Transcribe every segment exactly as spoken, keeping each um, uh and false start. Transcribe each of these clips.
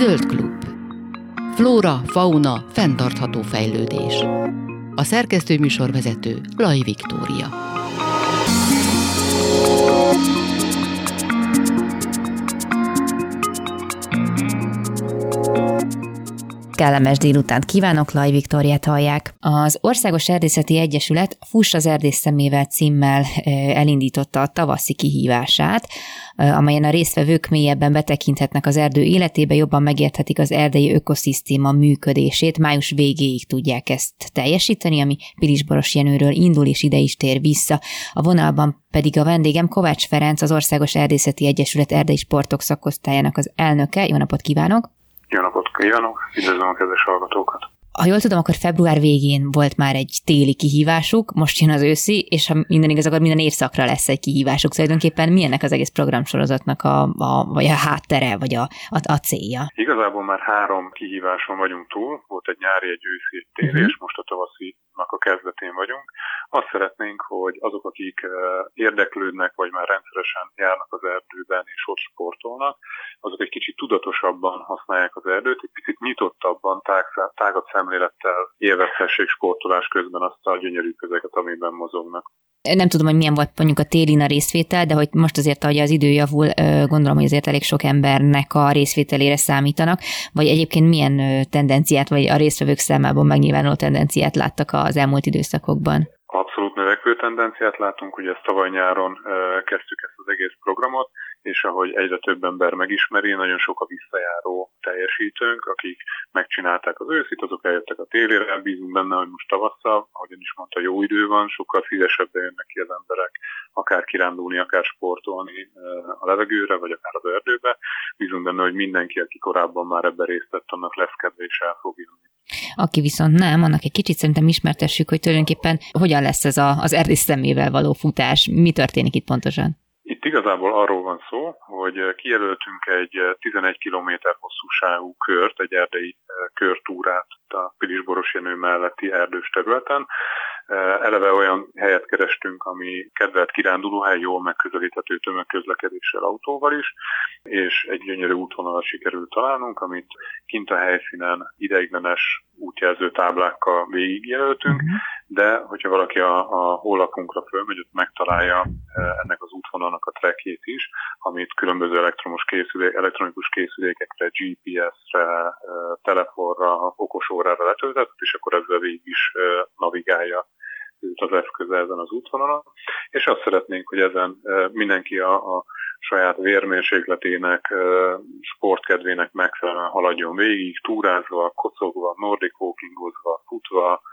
Zöld klub. Flóra, fauna, fenntartható fejlődés. A szerkesztőműsorvezető Lay Viktória. Kellemes délutánt kívánok, Lay Viktóriát hallják. Az Országos Erdészeti Egyesület Fuss az erdész szemével címmel elindította a tavaszi kihívását, amelyen a résztvevők mélyebben betekinthetnek az erdő életébe, jobban megérthetik az erdei ökoszisztéma működését. Május végéig tudják ezt teljesíteni, ami Pilisboros Jenőről indul és ide is tér vissza. A vonalban pedig a vendégem Kovács Ferenc, az Országos Erdészeti Egyesület erdei sportok szakosztályának az elnöke. Jó napot kívánok! Jó napot kívánok! Üdvözlöm a kedves hallgatókat! Ha jól tudom, akkor február végén volt már egy téli kihívásuk, most jön az őszi, és ha minden igaz, akkor minden évszakra lesz egy kihívásuk. Tulajdonképpen milyennek az egész programsorozatnak a, a, vagy a háttere, vagy a, a, a célja? Igazából már három kihíváson vagyunk túl. Volt egy nyári, egy őszi, egy téli, uh-huh. és most a tavaszinak a kezdetén vagyunk. Azt szeretnénk, hogy azok, akik érdeklődnek, vagy már rendszeresen járnak az erdőben, és ott sportolnak, azok egy kicsit tudatosabban használják az erdőt, egy picit nyitottabban, tág, tágabb szemlélettel élvezhessék sportolás közben azt a gyönyörű közeget, amiben mozognak. Nem tudom, hogy milyen volt mondjuk a télin a részvétel, de hogy most azért, ahogy az idő javul, gondolom, hogy azért elég sok embernek a részvételére számítanak, vagy egyébként milyen tendenciát, vagy a résztvevők számában megnyilvánuló tendenciát láttak az elmúlt időszakokban? Abszolút növekvő tendenciát látunk, ugye ezt tavaly nyáron kezdtük ezt az egész programot, és ahogy egyre több ember megismeri, nagyon sok a visszajáró teljesítőnk, akik megcsinálták az őszit, azok eljöttek a télére, bízunk benne, hogy most tavasszal, ahogyan is mondta, jó idő van, sokkal szívesebben jönnek ki az emberek, akár kirándulni, akár sportolni a levegőre, vagy akár az erdőbe. Bízunk benne, hogy mindenki, aki korábban már ebben részt vett, annak lesz kedve és el fog jönni. Aki viszont nem, annak egy kicsit szerintem ismertessük, hogy tulajdonképpen hogyan lesz ez a, az erdész szemével való futás, mi történik itt pontosan? Itt igazából arról van szó, hogy kijelöltünk egy tizenegy kilométer hosszúságú kört, egy erdei körtúrát a Pilisboros Jenő melletti erdős területen. Eleve olyan helyet kerestünk, ami kedvelt kirándulóhely, jól megközelíthető tömegközlekedéssel, autóval is, és egy gyönyörű útvonalat sikerült találnunk, amit kint a helyszínen ideiglenes útjelző táblákkal végigjelöltünk, uh-huh. de hogyha valaki a, a honlapunkra fölmegy, ott megtalálja ennek az útvonalnak a trackjét is, amit különböző elektromos készülék, elektronikus készülékekre, gé pé es-re, telefonra, okosórára letöltött, és akkor ezzel végig is navigálja az eszköze ezen az útvonalon, és azt szeretnénk, hogy ezen mindenki a, a saját vérmérsékletének, sportkedvének megfelelően haladjon végig, túrázva, kocogva, nordic walkingozva, futva,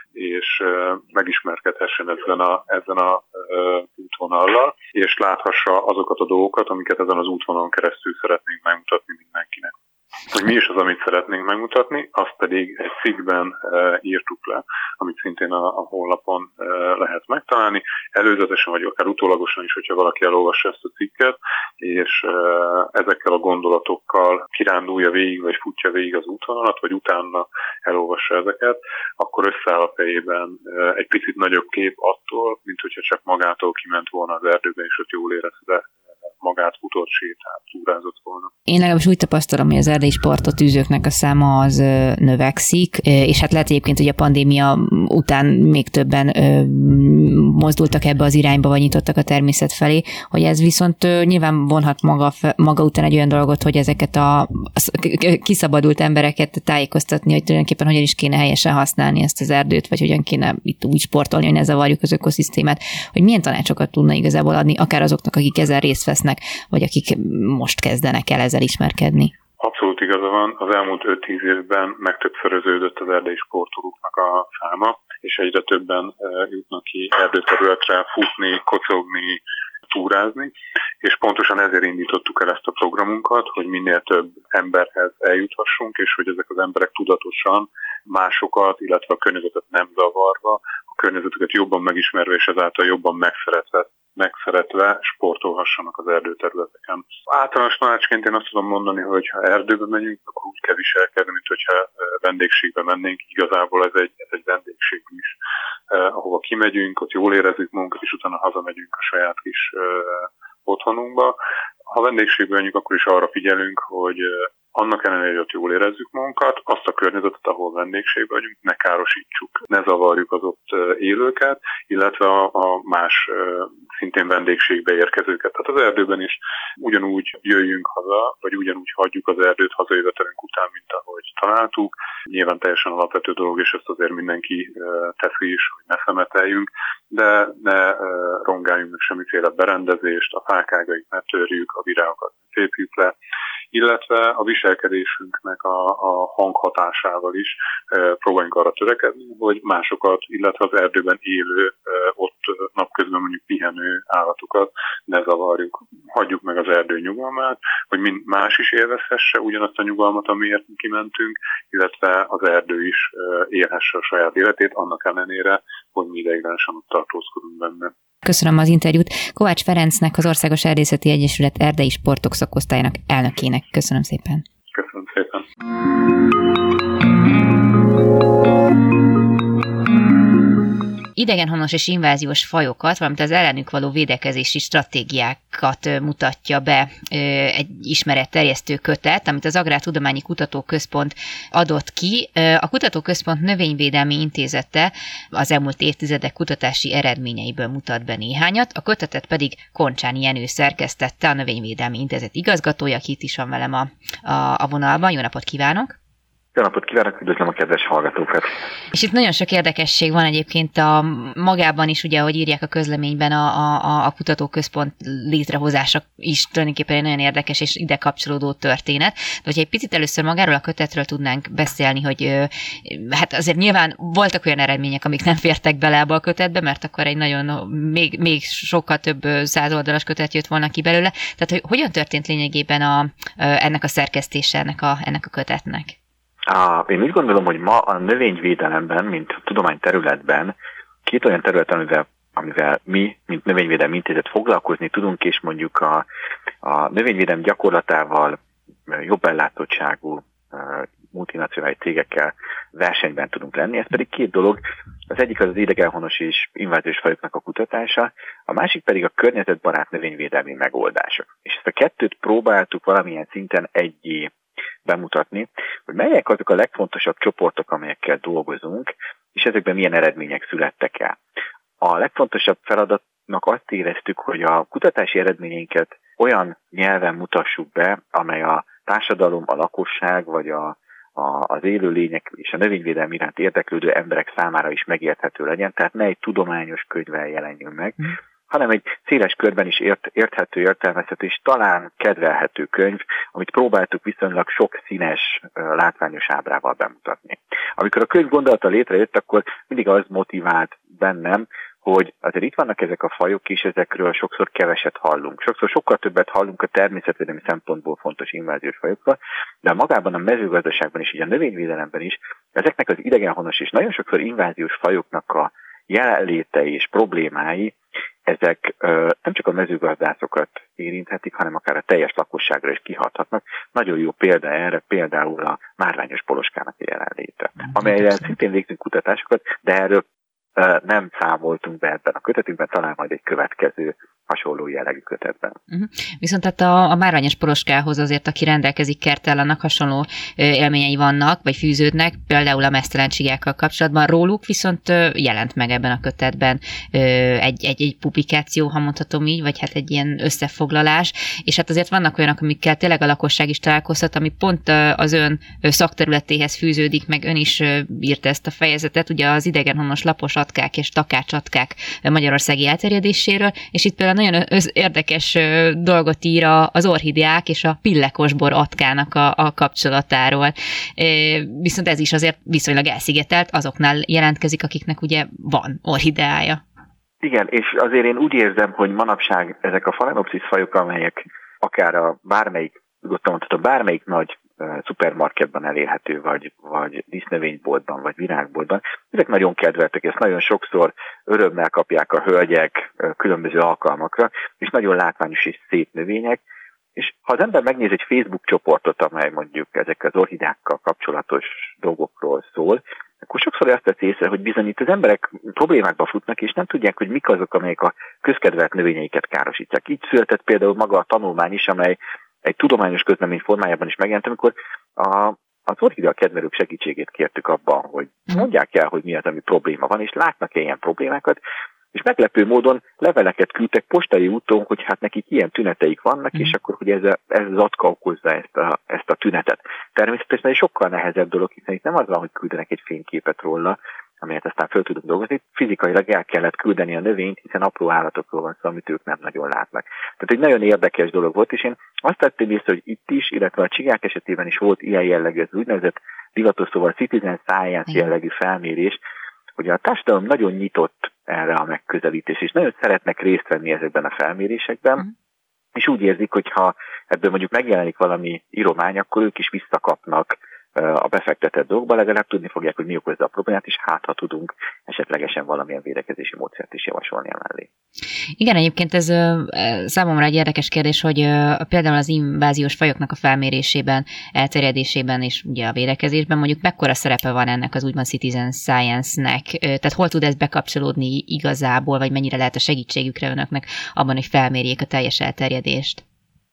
és megismerkedhessen ezen a, ezen a útvonallal, és láthassa azokat a dolgokat, amiket ezen az útvonalon keresztül szeretnénk megmutatni mindenkinek. Hogy mi is az, amit szeretnénk megmutatni, azt pedig egy cikkben e, írtuk le, amit szintén a, a honlapon e, lehet megtalálni, előzetesen vagy akár utólagosan is, hogyha valaki elolvassa ezt a cikket, és e, ezekkel a gondolatokkal kirándulja végig, vagy futja végig az útvonalat, vagy utána elolvassa ezeket, akkor összeáll a fejében e, egy picit nagyobb kép attól, mint hogyha csak magától kiment volna az erdőbe, és ott jól érezte magát, futott, sétált, túrázott volna. Én legalábbis úgy tapasztalom, hogy az erdei sportot űzőknek a száma az növekszik, és hát lehet egyébként, hogy a pandémia után még többen mozdultak ebbe az irányba, vagy nyitottak a természet felé, hogy ez viszont nyilván vonhat maga, maga után egy olyan dolgot, hogy ezeket a kiszabadult embereket tájékoztatni, hogy tulajdonképpen hogyan is kéne helyesen használni ezt az erdőt, vagy hogyan kéne itt úgy sportolni, hogy ne zavarjuk az ökoszisztémát, hogy milyen tanácsokat tudna igazából adni, akár azoknak, akik ezzel részt vesznek, vagy akik most kezdenek el ezzel ismerkedni. Abszolút igaza van, az elmúlt öt-tíz évben megtöbbszöröződött az erdei sportolóknak a száma, és egyre többen jutnak ki erdőterületre futni, kocogni, túrázni, és pontosan ezért indítottuk el ezt a programunkat, hogy minél több emberhez eljuthassunk, és hogy ezek az emberek tudatosan másokat, illetve a környezetet nem zavarva, a környezetüket jobban megismerve, és ezáltal jobban megszeretve, megszeretve sportolhassanak az erdőterületeken. Általános tanácsként én azt tudom mondani, hogy ha erdőbe megyünk, akkor úgy kell viselkedni, mint hogyha vendégségbe mennénk. Igazából ez egy, ez egy vendégség is. Eh, ahova kimegyünk, ott jól érezzük magunkat, és utána hazamegyünk a saját kis eh, otthonunkba. Ha vendégségbe megyünk, akkor is arra figyelünk, hogy annak ellenére, hogy ott jól érezzük magunkat, azt a környezetet, ahol vendégségben vagyunk, ne károsítsuk, ne zavarjuk az ott élőket, illetve a, a más szintén vendégségbe érkezőket. Tehát az erdőben is ugyanúgy jöjjünk haza, vagy ugyanúgy hagyjuk az erdőt hazajövetelünk után, mint ahogy találtuk. Nyilván teljesen alapvető dolog, és ezt azért mindenki teszi is, hogy ne szemeteljünk, de ne rongáljunk meg semmiféle berendezést, a fákágait ne törjük, a virágokat ne tépjük le, illetve a viselkedésünknek a, a hanghatásával is e, próbáljunk arra törekedni, hogy másokat, illetve az erdőben élő, e, ott napközben mondjuk pihenő állatokat ne zavarjuk. Hagyjuk meg az erdő nyugalmát, hogy más is élvezhesse ugyanazt a nyugalmat, amiért kimentünk, illetve az erdő is e, élhesse a saját életét, annak ellenére, hogy mi ideiglenesen ott tartózkodunk benne. Köszönöm az interjút Kovács Ferencnek, az Országos Erdészeti Egyesület erdei sportok szakosztályának elnökének. Köszönöm szépen. Köszönöm szépen. Idegenhonos és inváziós fajokat, valamint az ellenük való védekezési stratégiákat mutatja be egy ismeretterjesztő kötet, amit az Agrártudományi Kutatóközpont adott ki. A Kutatóközpont Növényvédelmi Intézete az elmúlt évtizedek kutatási eredményeiből mutat be néhányat, a kötetet pedig Koncsáni Jenő szerkesztette, a Növényvédelmi Intézet igazgatója, aki itt is van velem a, a, a vonalban. Jó napot kívánok! Jó napot kívánok, üdvözlöm a kedves hallgatókat! És itt nagyon sok érdekesség van egyébként a magában is, ugye, ahogy írják a közleményben, a, a, a kutatóközpont létrehozása is tulajdonképpen egy nagyon érdekes és ide kapcsolódó történet. De hogyha egy picit először magáról a kötetről tudnánk beszélni, hogy hát azért nyilván voltak olyan eredmények, amik nem fértek bele ebbe a kötetbe, mert akkor egy nagyon, még, még sokkal több százoldalas kötet jött volna ki belőle. Tehát, hogy hogyan történt lényegében a, ennek a szerkesztése, ennek a, ennek a kötetnek? Á, én úgy gondolom, hogy ma a növényvédelemben, mint tudományterületben, két olyan terület, amivel, amivel mi, mint Növényvédelmi Intézet foglalkozni tudunk, és mondjuk a, a növényvédelem gyakorlatával jobb ellátottságú multinacionális cégekkel versenyben tudunk lenni. Ez pedig két dolog. Az egyik az az idegenhonos és inváziós fajoknak a kutatása, a másik pedig a környezetbarát növényvédelmi megoldások. És ezt a kettőt próbáltuk valamilyen szinten egyé bemutatni, hogy melyek azok a legfontosabb csoportok, amelyekkel dolgozunk, és ezekben milyen eredmények születtek el. A legfontosabb feladatnak azt éreztük, hogy a kutatási eredményeinket olyan nyelven mutassuk be, amely a társadalom, a lakosság, vagy a, a, az élőlények és a növényvédelem iránt érdeklődő emberek számára is megérthető legyen, tehát ne egy tudományos könyvvel jelenjön meg, mm. hanem egy széles körben is ért, érthető, értelmezhető és talán kedvelhető könyv, amit próbáltuk viszonylag sok színes, látványos ábrával bemutatni. Amikor a könyv gondolata létrejött, akkor mindig az motivált bennem, hogy azért itt vannak ezek a fajok, és ezekről sokszor keveset hallunk. Sokszor sokkal többet hallunk a természetvédelmi szempontból fontos inváziós fajokról, de magában a mezőgazdaságban és így a növényvédelemben is ezeknek az idegenhonos és nagyon sokszor inváziós fajoknak a jelenléte és problémái, ezek ö, nem csak a mezőgazdászokat érinthetik, hanem akár a teljes lakosságra is kihathatnak. Nagyon jó példa erre például a márványos poloskának a jelenléte, amelyel szintén végzünk kutatásokat, de erről ö, nem számoltunk be ebben a kötetünkben, talán majd egy következő hasonló jellegű kötetben. Uh-huh. Viszont tehát a, a márványos poloskához azért, aki rendelkezik kerttel, annak hasonló ö, élményei vannak, vagy fűződnek, például a meztelenségákkal kapcsolatban. Róluk viszont ö, jelent meg ebben a kötetben ö, egy, egy, egy publikáció, ha mondhatom így, vagy hát egy ilyen összefoglalás, és hát azért vannak olyanok, amikkel tényleg a lakosság is találkozhat, ami pont ö, az ön ö, szakterületéhez fűződik, meg ön is ö, írta ezt a fejezetet, ugye az idegenhonos lapos atkák és takácsatkák magyarországi elterjedéséről, és itt például nagyon érdekes dolgot ír az orhideák és a pillekosbor atkának a, a kapcsolatáról. Viszont ez is azért viszonylag elszigetelt, azoknál jelentkezik, akiknek ugye van orhideája. Igen, és azért én úgy érzem, hogy manapság ezek a Phalaenopsis fajok, amelyek akár a bármelyik, mondhatom, bármelyik nagy szupermarketben elérhető, vagy, vagy dísznövényboltban, vagy virágboltban. Ezek nagyon kedveltek, ezt nagyon sokszor örömmel kapják a hölgyek különböző alkalmakra, és nagyon látványos és szép növények. És ha az ember megnéz egy Facebook csoportot, amely mondjuk ezek az orhideákkal kapcsolatos dolgokról szól, akkor sokszor azt tesz észre, hogy bizony itt az emberek problémákba futnak, és nem tudják, hogy mik azok, amelyek a közkedvelt növényeiket károsítják. Így született például maga a tanulmány is, amely egy tudományos közlemény formájában is megjelent, amikor a az orchidea kedvelők segítségét kértük abban, hogy mondják el, hogy mi az, ami probléma van, és látnak-e ilyen problémákat, és meglepő módon leveleket küldtek postai úton, hogy hát nekik ilyen tüneteik vannak, mm. és akkor, hogy ez, a, ez az atka okozza ezt a, ezt a tünetet. Természetesen egy sokkal nehezebb dolog, hiszen itt nem az van, hogy küldenek egy fényképet róla, amelyet aztán föl tudunk dolgozni. Fizikailag el kellett küldeni a növényt, hiszen apró állatokról van szó, amit ők nem nagyon látnak. Tehát egy nagyon érdekes dolog volt, és én azt tettem észre, hogy itt is, illetve a csigák esetében is volt ilyen jellegű, az úgynevezett divatos szóval citizen science jellegű felmérés, hogy a társadalom nagyon nyitott erre a megközelítés, és nagyon szeretnek részt venni ezekben a felmérésekben, mm. és úgy érzik, hogy ha ebből mondjuk megjelenik valami íromány, akkor ők is visszakapnak a befektetett dolgokba, legalább tudni fogják, hogy mi okozza a problémát, és hát ha tudunk esetlegesen valamilyen védekezési módszert is javasolni emellé. Igen, egyébként ez számomra egy érdekes kérdés, hogy például az inváziós fajoknak a felmérésében, elterjedésében és ugye a védekezésben mondjuk mekkora szerepe van ennek az úgymond citizen science-nek, tehát hol tud ez bekapcsolódni igazából, vagy mennyire lehet a segítségükre önöknek abban, hogy felmérjék a teljes elterjedést?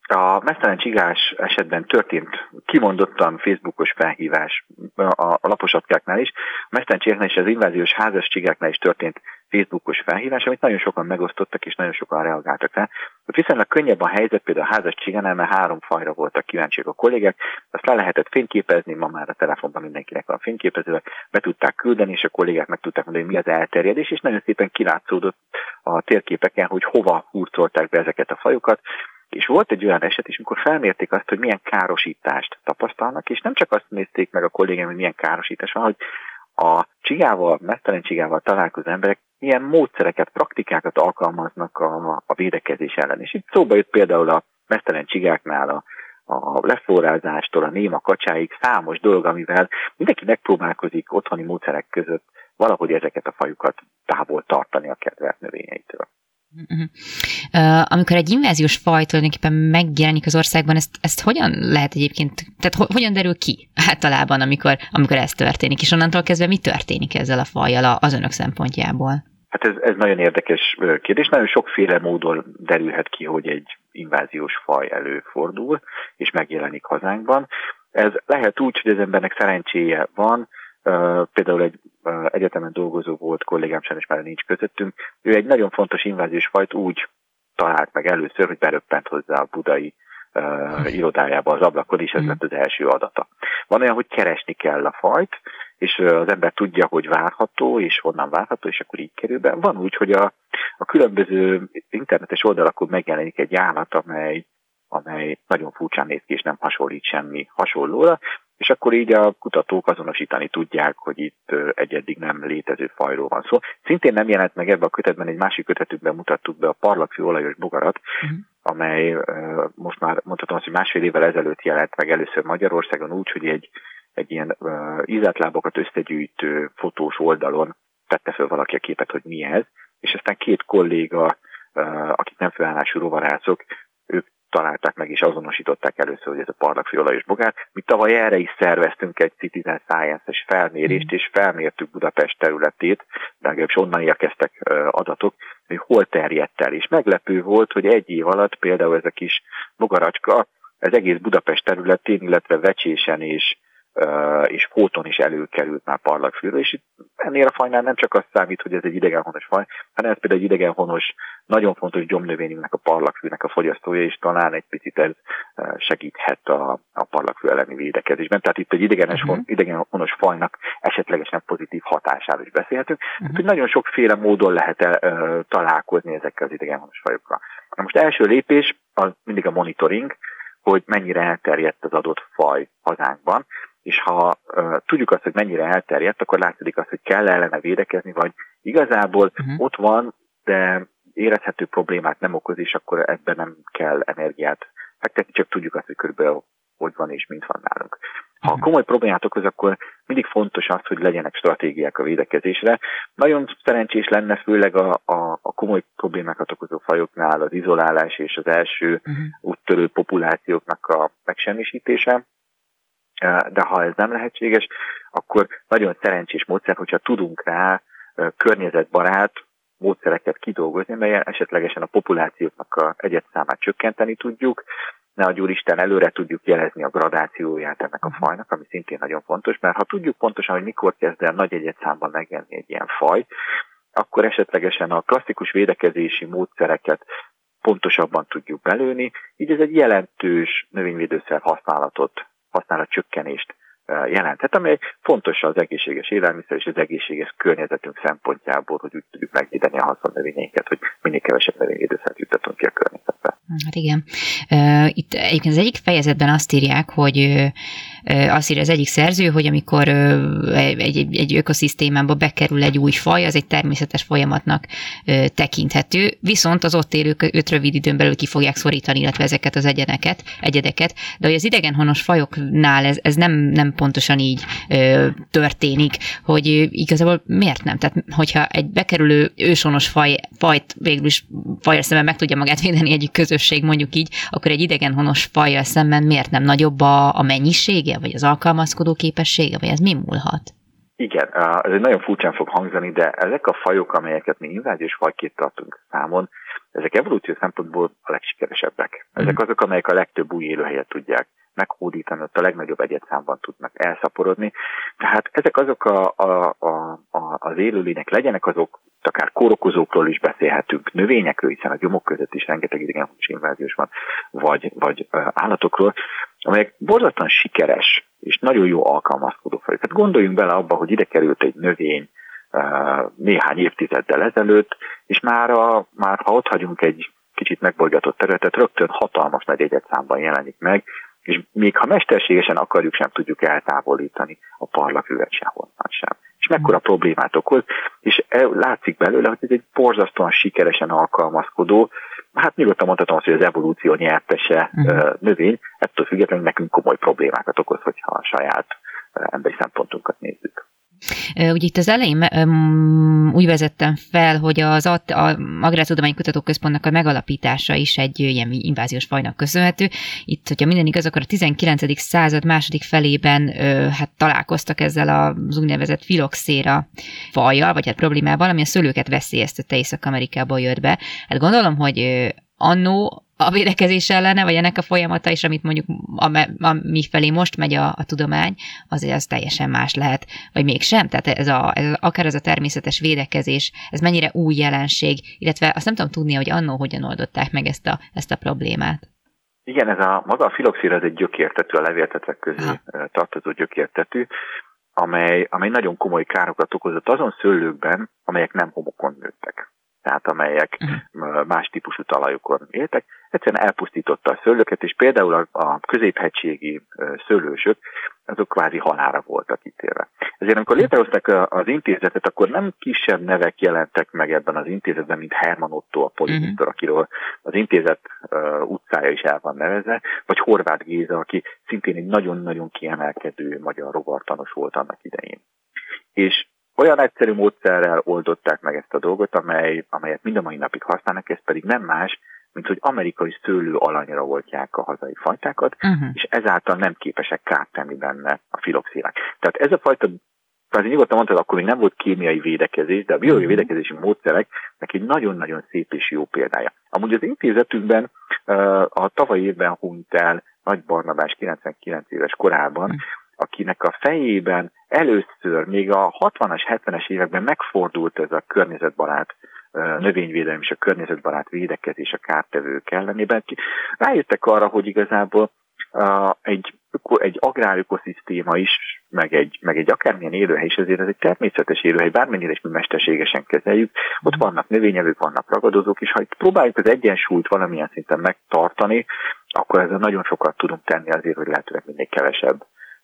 A meztelen csigás esetben történt kimondottan Facebookos felhívás a laposatkáknál is. A meztelen csigáknál és az inváziós házas csigáknál is történt Facebookos felhívás, amit nagyon sokan megosztottak és nagyon sokan reagáltak rá. Viszonylag könnyebb a helyzet, például a házas csigánál, mert három fajra voltak kíváncsiak a kollégák, azt le lehetett fényképezni, ma már a telefonban mindenkinek van fényképező, be tudták küldeni, és a kollégák meg tudták mondani, hogy mi az elterjedés, és nagyon szépen kilátszódott a térképeken, hogy hova hurcolták be ezeket a fajokat. És volt egy olyan eset is, amikor felmérték azt, hogy milyen károsítást tapasztalnak, és nem csak azt nézték meg a kollégám, hogy milyen károsítás van, hogy a csigával, meztelen csigával találkozó emberek milyen módszereket, praktikákat alkalmaznak a, a védekezés ellen. És itt szóba jött például a meztelen csigáknál a, a leflórázástól a néma kacsáig számos dolog, amivel mindenki megpróbálkozik otthoni módszerek között valahogy ezeket a fajukat távol tartani a kedvelt növényeitől. Uh-huh. Uh, amikor egy inváziós faj tulajdonképpen megjelenik az országban, ezt, ezt hogyan lehet egyébként, tehát ho, hogyan derül ki általában, amikor, amikor ez történik, és onnantól kezdve mi történik ezzel a fajjal az önök szempontjából? Hát ez, ez nagyon érdekes kérdés, nagyon sokféle módon derülhet ki, hogy egy inváziós faj előfordul, és megjelenik hazánkban. Ez lehet úgy, hogy az embernek szerencséje van. Uh, például egy uh, egyetemen dolgozó volt kollégám, sajnos már nincs közöttünk, ő egy nagyon fontos inváziós fajt úgy talált meg először, hogy beröppent hozzá a budai uh, irodájába az ablakon, és ez lett az első adata. Van olyan, hogy keresni kell a fajt, és uh, az ember tudja, hogy várható, és honnan várható, és akkor így kerül be. Van úgy, hogy a, a különböző internetes oldalakon megjelenik egy állat, amely, amely nagyon furcsán néz ki, és nem hasonlít semmi hasonlóra, és akkor így a kutatók azonosítani tudják, hogy itt egy eddig nem létező fajról van szó. Szintén nem jelent meg ebben a kötetben, egy másik kötetükben mutattuk be a parlagfű olajos bogarat, uh-huh. amely uh, most már mondhatom azt, hogy másfél évvel ezelőtt jelent meg először Magyarországon úgy, hogy egy, egy ilyen uh, ízeltlábokat összegyűjtő fotós oldalon tette föl valaki a képet, hogy mi ez, és aztán két kolléga, uh, akik nem főállású rovarászok, ők találták meg és azonosították először, hogy ez a parlagfű olajos bogár. Mi tavaly erre is szerveztünk egy citizen science-es felmérést, és felmértük Budapest területét, de legalábbis onnan érkeztek adatok, hogy hol terjedt el. És meglepő volt, hogy egy év alatt például ez a kis bogaracska, ez egész Budapest területén, illetve Vecsésen és és Fóton is előkerült már parlagfűről, és itt ennél a fajnál nem csak azt számít, hogy ez egy idegenhonos faj, hanem ez például egy idegenhonos, nagyon fontos gyomnövényünknek a parlagfűnek a fogyasztója, és talán egy picit ez segíthet a, a parlagfű elleni védekezésben. Tehát itt egy idegenes, uh-huh. idegenhonos fajnak esetlegesen pozitív hatásáról is beszélhetünk. Uh-huh. Tehát, hogy nagyon sokféle módon lehet uh, találkozni ezekkel az idegenhonos fajokkal. Na most első lépés az mindig a monitoring, hogy mennyire elterjedt az adott faj hazánkban, és ha uh, tudjuk azt, hogy mennyire elterjedt, akkor látszik azt, hogy kell ellene védekezni, vagy igazából uh-huh. ott van, de érezhető problémát nem okoz, és akkor ebben nem kell energiát fektetni, csak tudjuk azt, hogy körülbelül hogy van és mint van nálunk. Ha komoly problémát okoz, akkor mindig fontos az, hogy legyenek stratégiák a védekezésre. Nagyon szerencsés lenne főleg a, a, a komoly problémákat okozó fajoknál az izolálás és az első uh-huh. úttörő populációknak a megsemmisítése. De ha ez nem lehetséges, akkor nagyon szerencsés módszer, hogyha tudunk rá környezetbarát módszereket kidolgozni, melyen esetlegesen a populációknak a egyedszámát csökkenteni tudjuk, ne adj úristen, előre tudjuk jelezni a gradációját ennek a fajnak, ami szintén nagyon fontos, mert ha tudjuk pontosan, hogy mikor kezd el nagy egyedszámban megjelenni egy ilyen faj, akkor esetlegesen a klasszikus védekezési módszereket pontosabban tudjuk belőni, így ez egy jelentős növényvédőszer használatot, használat csökkenést jelenthet, amely fontos az egészséges élelmiszer és az egészséges környezetünk szempontjából, hogy úgy tudjuk megvédeni a haszonnövényeinket, hogy minél kevesebb növényvédőszert juttatunk ki a környezetbe. Hát igen. Itt egyébként az egyik fejezetben azt írják, hogy azt írja az egyik szerző, hogy amikor egy, egy, egy ökoszisztémába bekerül egy új faj, az egy természetes folyamatnak tekinthető, viszont az ott élők öt rövid időn belül ki fogják szorítani, illetve ezeket az egyeneket, egyedeket, de hogy az idegenhonos fajoknál ez, ez nem, nem pontosan így ö, történik, hogy igazából miért nem? Tehát, hogyha egy bekerülő őshonos faj, fajt végül is fajjal szemben meg tudja magát védeni egy közösség, mondjuk így, akkor egy idegenhonos fajjal szemben miért nem nagyobb a, a mennyisége, vagy az alkalmazkodó képessége, vagy ez mi múlhat? Igen, ez egy nagyon furcsán fog hangzani, de ezek a fajok, amelyeket mi inváziós fajként tartunk számon, ezek evolúció szempontból a legsikeresebbek. Ezek azok, amelyek a legtöbb új élőhelyet tudják meghódítani, ott a legnagyobb egyedszámban tudnak elszaporodni. Tehát ezek azok a, a, a, a, az élőlények, legyenek azok, akár kórokozókról is beszélhetünk, növényekről, hiszen a gyomok között is rengeteg idegenhonos inváziós van, vagy, vagy állatokról, amelyek borzasztóan sikeres és nagyon jó alkalmazkodó fajok. Tehát gondoljunk bele abba, hogy ide került egy növény néhány évtizeddel ezelőtt, és már, a, már ha ott hagyunk egy kicsit megbolygatott területet, rögtön hatalmas nagy egyedszámban jelenik meg, és még ha mesterségesen akarjuk, sem tudjuk eltávolítani a parlagfüvet sehonnan sem. És mekkora problémát okoz, és látszik belőle, hogy ez egy borzasztóan sikeresen alkalmazkodó, hát nyugodtan mondhatom azt, hogy az evolúció nyertese uh-huh. növény, ettől függetlenül nekünk komoly problémákat okoz, hogyha a saját emberi szempontunkat nézzük. Ugye itt az elején um, úgy vezettem fel, hogy az Agrártudományi Kutatóközpontnak a megalapítása is egy ilyen inváziós fajnak köszönhető. Itt, hogyha minden igaz, akkor a tizenkilencedik század második felében uh, hát találkoztak ezzel az úgynevezett filoxéra fajjal, vagy hát problémával, ami a szőlőket veszélyeztette, Észak-Amerikából jött be. Hát gondolom, hogy uh, annó a védekezés ellene, vagy ennek a folyamata is, amit mondjuk a, a, mi felé most megy a, a tudomány, azért az teljesen más lehet, vagy mégsem. Tehát ez a, ez a, akár ez a természetes védekezés, ez mennyire új jelenség, illetve azt nem tudom tudni, hogy annó hogyan oldották meg ezt a, ezt a problémát. Igen, ez a maga a filoxéra, ez egy gyökértetű, a levéltetvek közé ha. tartozó gyökértetű, amely, amely nagyon komoly károkat okozott azon szőlőkben, amelyek nem homokon nőttek. Tehát amelyek uh-huh. más típusú talajokon éltek, egyszerűen elpusztította a szőlőket, és például a, a középhegységi szőlősök, azok kvázi halálra voltak ítélve. Ezért amikor létrehozták az intézetet, akkor nem kisebb nevek jelentek meg ebben az intézetben, mint Hermann Otto, a polimisztor, uh-huh. akiről az intézet uh, utcája is el van nevezve, vagy Horváth Géza, aki szintén egy nagyon-nagyon kiemelkedő magyar rovartanos volt annak idején. És olyan egyszerű módszerrel oldották meg ezt a dolgot, amely, amelyet mind a mai napig használnak, ez pedig nem más, mint hogy amerikai szőlő alanyra oltják a hazai fajtákat, uh-huh. és ezáltal nem képesek kárt tenni benne a filoxérák. Tehát ez a fajta, azért nyugodtan mondtad, akkor még nem volt kémiai védekezés, de a biológiai uh-huh. védekezési módszereknek egy nagyon-nagyon szép és jó példája. Amúgy az intézetünkben a tavaly évben hunyt el Nagy Barnabás kilencvenkilenc éves korában, uh-huh. akinek a fejében először, még a hatvanas, hetvenes években megfordult ez a környezetbarát növényvédelem és a környezetbarát védekezés a kártevők ellenében. Rájöttek arra, hogy igazából uh, egy, egy agrárökoszisztéma is, meg egy, meg egy akármilyen élőhely is, azért ez egy természetes élőhely, bármennyire is mi mesterségesen kezeljük, ott vannak növényevők, vannak ragadozók, és ha itt próbáljuk az egyensúlyt valamilyen szinten megtartani, akkor ezzel nagyon sokat tudunk tenni azért, hogy lehetőleg minél kevesebb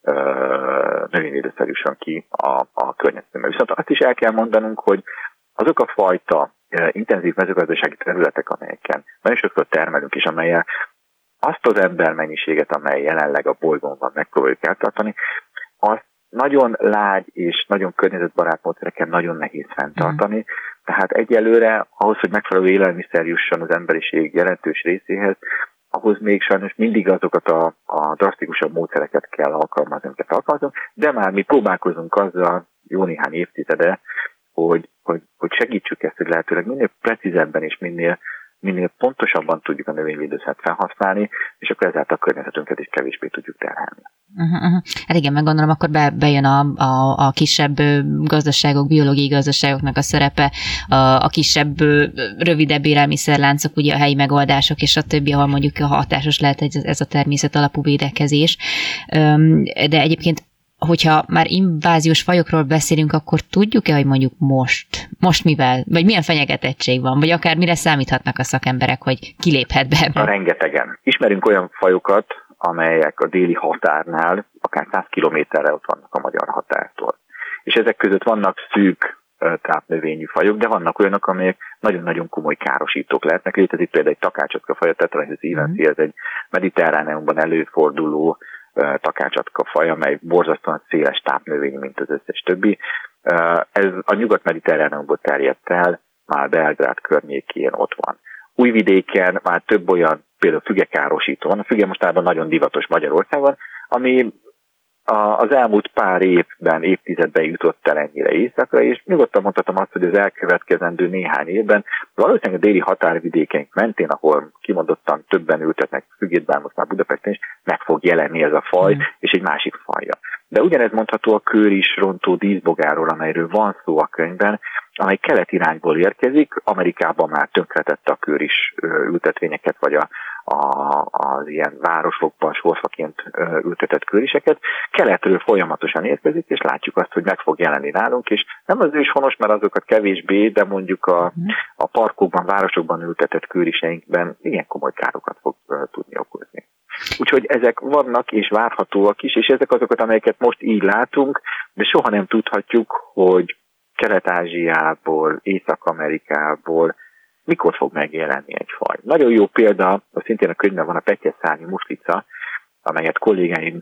növényvédőszer jusson ki a, a környezetünkben. Viszont azt is el kell mondanunk, hogy azok a fajta intenzív mezőgazdasági területek, amelyeken nagyon sokszor termelünk, és amelyen azt az embermennyiséget, amely jelenleg a bolygón van, megpróbáljuk eltartani, azt nagyon lágy és nagyon környezetbarát módszereken nagyon nehéz fenntartani. Mm. Tehát egyelőre ahhoz, hogy megfelelő élelmiszer jusson az emberiség jelentős részéhez, ahhoz még sajnos mindig azokat a, a drasztikusabb módszereket kell alkalmazni, amiket alkalmazunk, de már mi próbálkozunk azzal jó néhány évtizede, hogy, hogy, hogy segítsük ezt, hogy lehetőleg minél precízebben és minél, minél pontosabban tudjuk a növényvédőszert felhasználni, és akkor ezáltal a környezetünket is kevésbé tudjuk terhelni. Uh-huh, uh-huh. Hát igen, meg gondolom, akkor be, bejön a, a, a kisebb gazdaságok, biológiai gazdaságoknak a szerepe, a, a kisebb, rövidebb élelmiszerláncok, ugye a helyi megoldások, és a többi, ahol mondjuk hatásos lehet ez, ez a természet alapú védekezés. De egyébként, hogyha már inváziós fajokról beszélünk, akkor tudjuk-e, hogy mondjuk most, most mivel, vagy milyen fenyegetettség van, vagy akár mire számíthatnak a szakemberek, hogy kiléphet be ebben? Rengetegen. Ismerünk olyan fajokat, amelyek a déli határnál akár száz kilométerre ott vannak a magyar határtól. És ezek között vannak szűk tápnövényű fajok, de vannak olyanok, amelyek nagyon-nagyon komoly károsítók lehetnek. Létezik például egy takácsotka faj, a Tetrahydrus evensi, ez egy mediterráneumban előforduló takácsatka faj, amely borzasztóan széles tápnövényű, mint az összes többi. Ez a nyugat-mediterráneumból terjedt el, már Belgrád környékén ott van. Újvidéken már több olyan, például fügekárosító van, a füge mostában nagyon divatos Magyarországon, ami az elmúlt pár évben, évtizedben jutott el ennyire északra, és nyugodtan mondhatom azt, hogy az elkövetkezendő néhány évben valószínűleg a déli határvidékeink mentén, ahol kimondottan többen ültetnek fügét, bár most már Budapesten is, meg fog jelenni ez a faj, mm. és egy másik fajja. De ugyanez mondható a kőris rontó díszbogáról, amelyről van szó a könyvben, amely kelet irányból érkezik, Amerikában már tönkretette a kőris ültetvényeket, vagy a, a, az ilyen városokban sorfaként ültetett kőriseket. Keletről folyamatosan érkezik, és látjuk azt, hogy meg fog jelenni nálunk, és nem az őshonos, mert azokat kevésbé, de mondjuk a, a parkokban, városokban ültetett kőriseinkben ilyen komoly károkat fog tudni okozni. Úgyhogy ezek vannak és várhatóak is, és ezek azokat, amelyeket most így látunk, de soha nem tudhatjuk, hogy Kelet-Ázsiából, Észak-Amerikából mikor fog megjelenni egy faj. Nagyon jó példa, szintén a könyvben van a pettyeszárnyú muslica, amelyet kollégáim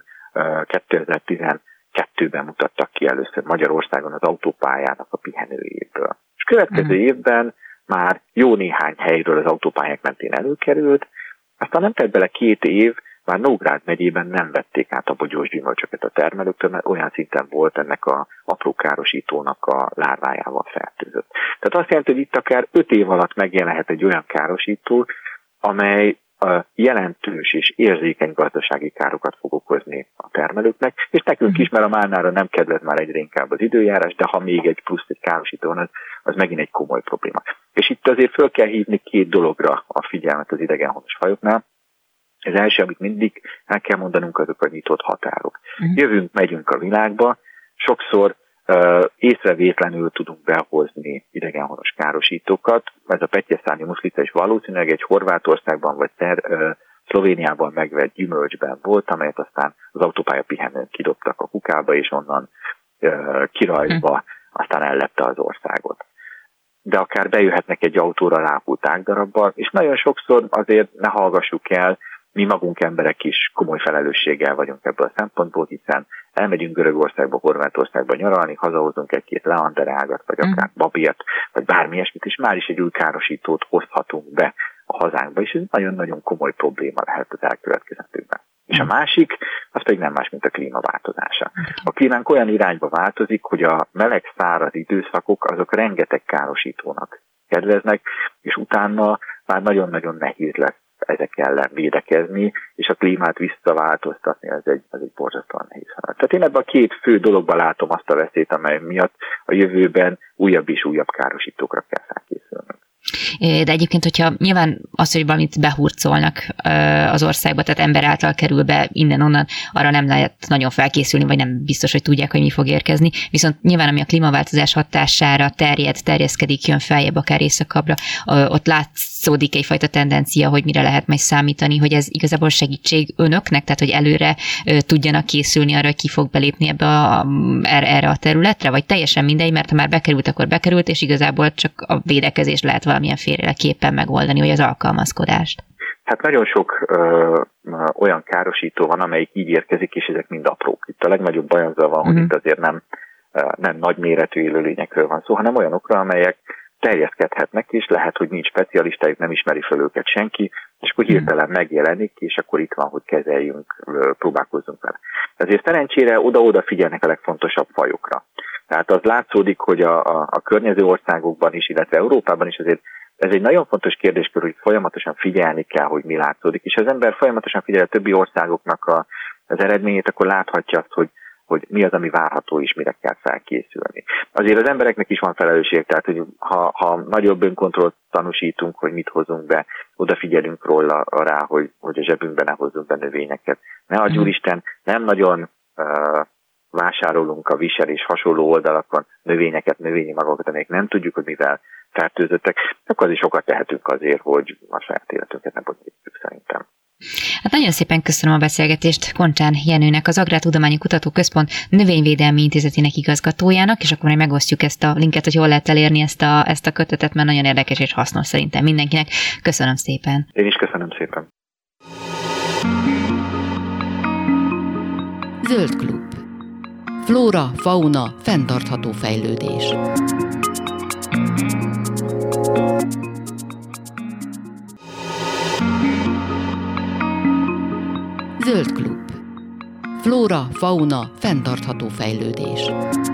kétezer-tizenkettőben mutattak ki először Magyarországon az autópályának a pihenőjéből. És következő uh-huh. évben már jó néhány helyről az autópályák mentén előkerült, aztán nem tett bele két év, már Nógrád megyében nem vették át a bogyós gyümölcsöket a termelőktől, mert olyan szinten volt ennek a apró károsítónak a lárvájával fertőzött. Tehát azt jelenti, hogy itt akár öt év alatt megjelenhet egy olyan károsító, amely jelentős és érzékeny gazdasági károkat fog okozni a termelőknek, és nekünk is, mert a málnára nem kedvez már egyre inkább az időjárás, de ha még egy plusz egy károsító van, az, az megint egy komoly probléma. És itt azért föl kell hívni két dologra a figyelmet az idegenhonos fajoknál. Az első, amit mindig el kell mondanunk, azok a nyitott határok. Uh-huh. Jövünk, megyünk a világba, sokszor uh, észrevétlenül tudunk behozni idegenhonos károsítókat. Ez a pettyeszárnyú muslica is valószínűleg egy Horvátországban vagy Szer, uh, Szlovéniában megvett gyümölcsben volt, amelyet aztán az autópálya pihenőn kidobtak a kukába, és onnan uh, kirajzva uh-huh. aztán ellepte az országot. De akár bejöhetnek egy autóra ráhult ágdarabbal, és nagyon sokszor azért ne hallgassuk el, mi magunk emberek is komoly felelősséggel vagyunk ebből a szempontból, hiszen elmegyünk Görögországba, Horvátországba nyaralni, hazahozunk egy-két leanderágat, vagy akár babért, vagy bármi ilyesmit, és már is egy új károsítót hozhatunk be a hazánkba, és ez nagyon-nagyon komoly probléma lehet az elkövetkezendőben. És a másik, az pedig nem más, mint a klímaváltozása. A klímánk olyan irányba változik, hogy a meleg, száraz időszakok azok rengeteg károsítónak kedveznek, és utána már nagyon-nagyon nehéz lesz ezek ellen védekezni, és a klímát visszaváltoztatni, ez egy, ez egy borzasztóan nehéz feladat. Tehát én ebben a két fő dologban látom azt a veszélyt, amely miatt a jövőben újabb és újabb károsítókra kell felkészülnünk. De egyébként, hogyha nyilván az, hogy valamit behurcolnak az országba, tehát ember által kerül be innen-onnan, arra nem lehet nagyon felkészülni, vagy nem biztos, hogy tudják, hogy mi fog érkezni. Viszont nyilván, ami a klímaváltozás hatására terjed, terjeszkedik, jön feljebb, akár északabbra, ott látszódik egyfajta tendencia, hogy mire lehet majd számítani, hogy ez igazából segítség önöknek, tehát hogy előre tudjanak készülni arra, hogy ki fog belépni ebbe a, erre a területre, vagy teljesen mindegy, mert ha már bekerült, akkor bekerült, és igazából csak a védekezés lehet valamilyen féleképpen megoldani, hogy az alkalmazkodást. Hát nagyon sok ö, olyan károsító van, amelyik így érkezik, és ezek mind aprók. Itt a legnagyobb baj azzal van, uh-huh. hogy itt azért nem, nem nagyméretű élőlényekről van szó, hanem olyanokra, amelyek terjeszkedhetnek, és lehet, hogy nincs specialistájuk, nem ismeri fel őket senki, és akkor hirtelen megjelenik, és akkor itt van, hogy kezeljünk, próbálkozzunk vele. Ezért szerencsére oda-oda figyelnek a legfontosabb fajokra. Tehát az látszódik, hogy a, a, a környező országokban is, illetve Európában is azért ez egy nagyon fontos kérdéskör, hogy folyamatosan figyelni kell, hogy mi látszódik, és ha az ember folyamatosan figyel a többi országoknak a, az eredményét, akkor láthatja azt, hogy hogy mi az, ami várható és mire kell felkészülni. Azért az embereknek is van felelősség, tehát hogy ha, ha nagyobb önkontrollt tanúsítunk, hogy mit hozunk be, odafigyelünk róla rá, hogy, hogy a zsebünkbe ne hozzunk be növényeket. Ne adj Úristen, nem nagyon uh, vásárolunk a Visel és hasonló oldalakon növényeket, növényi magokat, amelyek nem tudjuk, hogy mivel fertőzöttek, akkor azért sokat tehetünk azért, hogy a saját életünket ne bonyolítjuk szerintem. Hát nagyon szépen köszönöm a beszélgetést Koncsán Jenőnek, az Agrártudományi Kutatóközpont Növényvédelmi Intézetének igazgatójának, és akkor majd megosztjuk ezt a linket, hogy hol lehet elérni ezt a, ezt a kötetet, mert nagyon érdekes és hasznos szerintem mindenkinek. Köszönöm szépen. Én is köszönöm szépen. Zöld klub. Flóra, fauna, fenntartható fejlődés. Zöld klub. Flóra, fauna, fenntartható fejlődés.